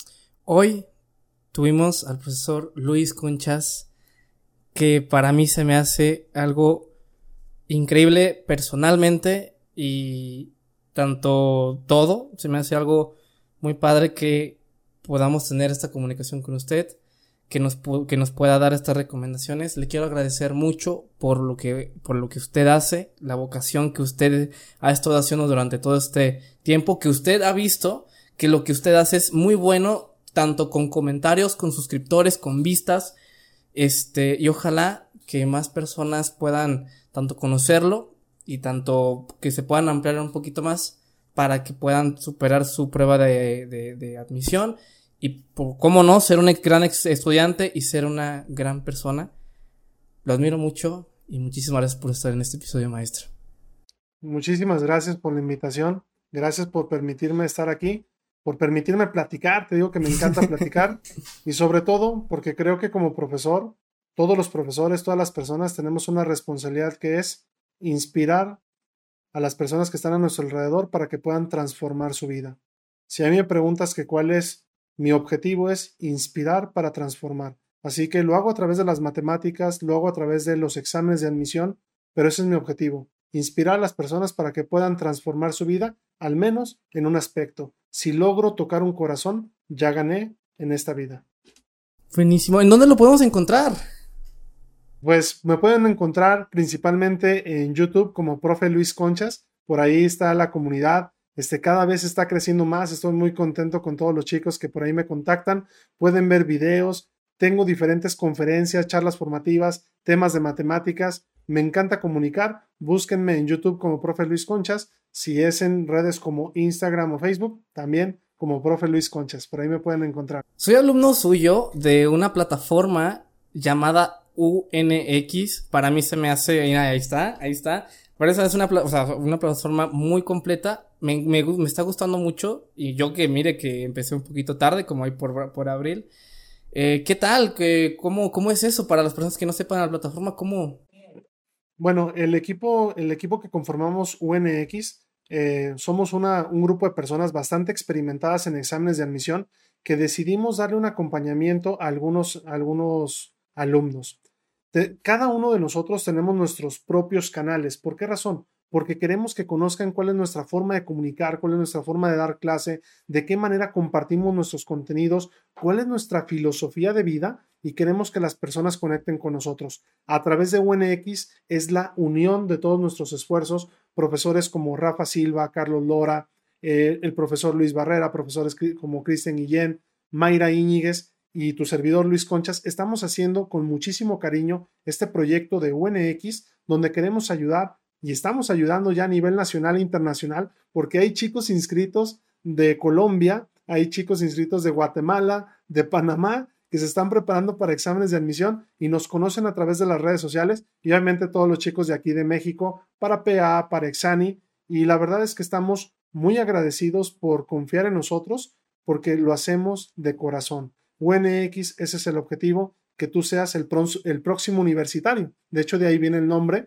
Hoy tuvimos al profesor Luis Conchas, que para mí se me hace algo increíble personalmente, y tanto todo, se me hace algo muy padre que podamos tener esta comunicación con usted, que nos pueda dar estas recomendaciones. Le quiero agradecer mucho por lo que usted hace, la vocación que usted ha estado haciendo durante todo este tiempo, que usted ha visto que lo que usted hace es muy bueno, tanto con comentarios, con suscriptores, con vistas, y ojalá que más personas puedan tanto conocerlo y tanto que se puedan ampliar un poquito más para que puedan superar su prueba de admisión y, cómo no, ser un gran estudiante y ser una gran persona. Lo admiro mucho y muchísimas gracias por estar en este episodio, maestro. Muchísimas gracias por la invitación. Gracias por permitirme estar aquí, por permitirme platicar. Te digo que me encanta platicar y sobre todo porque creo que como profesor, todos los profesores, todas las personas tenemos una responsabilidad, que es inspirar a las personas que están a nuestro alrededor para que puedan transformar su vida. Si a mí me preguntas que cuál es mi objetivo, es inspirar para transformar. Así que lo hago a través de las matemáticas, lo hago a través de los exámenes de admisión, pero ese es mi objetivo, inspirar a las personas para que puedan transformar su vida, al menos en un aspecto. Si logro tocar un corazón, ya gané en esta vida. Buenísimo. ¿En dónde lo podemos encontrar? Pues me pueden encontrar principalmente en YouTube como Profe Luis Conchas. Por ahí está la comunidad. Cada vez está creciendo más. Estoy muy contento con todos los chicos que por ahí me contactan. Pueden ver videos. Tengo diferentes conferencias, charlas formativas, temas de matemáticas. Me encanta comunicar. Búsquenme en YouTube como Profe Luis Conchas. Si es en redes como Instagram o Facebook, también como Profe Luis Conchas. Por ahí me pueden encontrar. Soy alumno suyo de una plataforma llamada UNX. Para mí se me hace, ahí está. Por eso es una plataforma muy completa. Me está gustando mucho. Y yo que mire que empecé un poquito tarde, como ahí por abril. ¿Qué tal? ¿Cómo es eso para las personas que no sepan la plataforma? ¿Cómo? Bueno, el equipo que conformamos UNX, somos un grupo de personas bastante experimentadas en exámenes de admisión, que decidimos darle un acompañamiento a algunos alumnos. Cada uno de nosotros tenemos nuestros propios canales. ¿Por qué razón? Porque queremos que conozcan cuál es nuestra forma de comunicar, cuál es nuestra forma de dar clase, de qué manera compartimos nuestros contenidos, cuál es nuestra filosofía de vida, y queremos que las personas conecten con nosotros. A través de UNX es la unión de todos nuestros esfuerzos, profesores como Rafa Silva, Carlos Lora, el profesor Luis Barrera, profesores como Cristian Guillén, Mayra Íñiguez y tu servidor Luis Conchas. Estamos haciendo con muchísimo cariño este proyecto de UNX, donde queremos ayudar y estamos ayudando ya a nivel nacional e internacional, porque hay chicos inscritos de Colombia, hay chicos inscritos de Guatemala, de Panamá, que se están preparando para exámenes de admisión y nos conocen a través de las redes sociales, y obviamente todos los chicos de aquí de México, para PA, para Exani, y la verdad es que estamos muy agradecidos por confiar en nosotros, porque lo hacemos de corazón. UNX, ese es el objetivo, que tú seas el próximo universitario. De hecho, de ahí viene el nombre,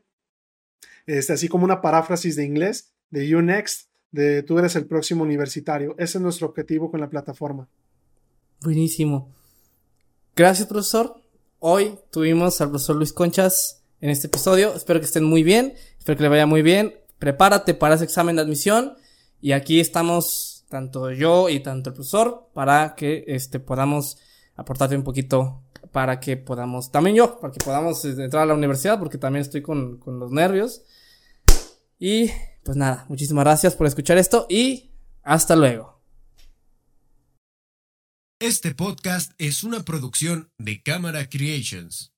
así como una paráfrasis de inglés, de You Next, de tú eres el próximo universitario. Ese es nuestro objetivo con la plataforma. Buenísimo. Gracias, profesor. Hoy tuvimos al profesor Luis Conchas en este episodio. Espero que estén muy bien, espero que le vaya muy bien. Prepárate para ese examen de admisión, y aquí estamos tanto yo y tanto el profesor para que podamos aportarte un poquito para que podamos, también yo, para que podamos entrar a la universidad, porque también estoy con los nervios. Y pues nada, muchísimas gracias por escuchar esto y hasta luego. Este podcast es una producción de Cámara Creations.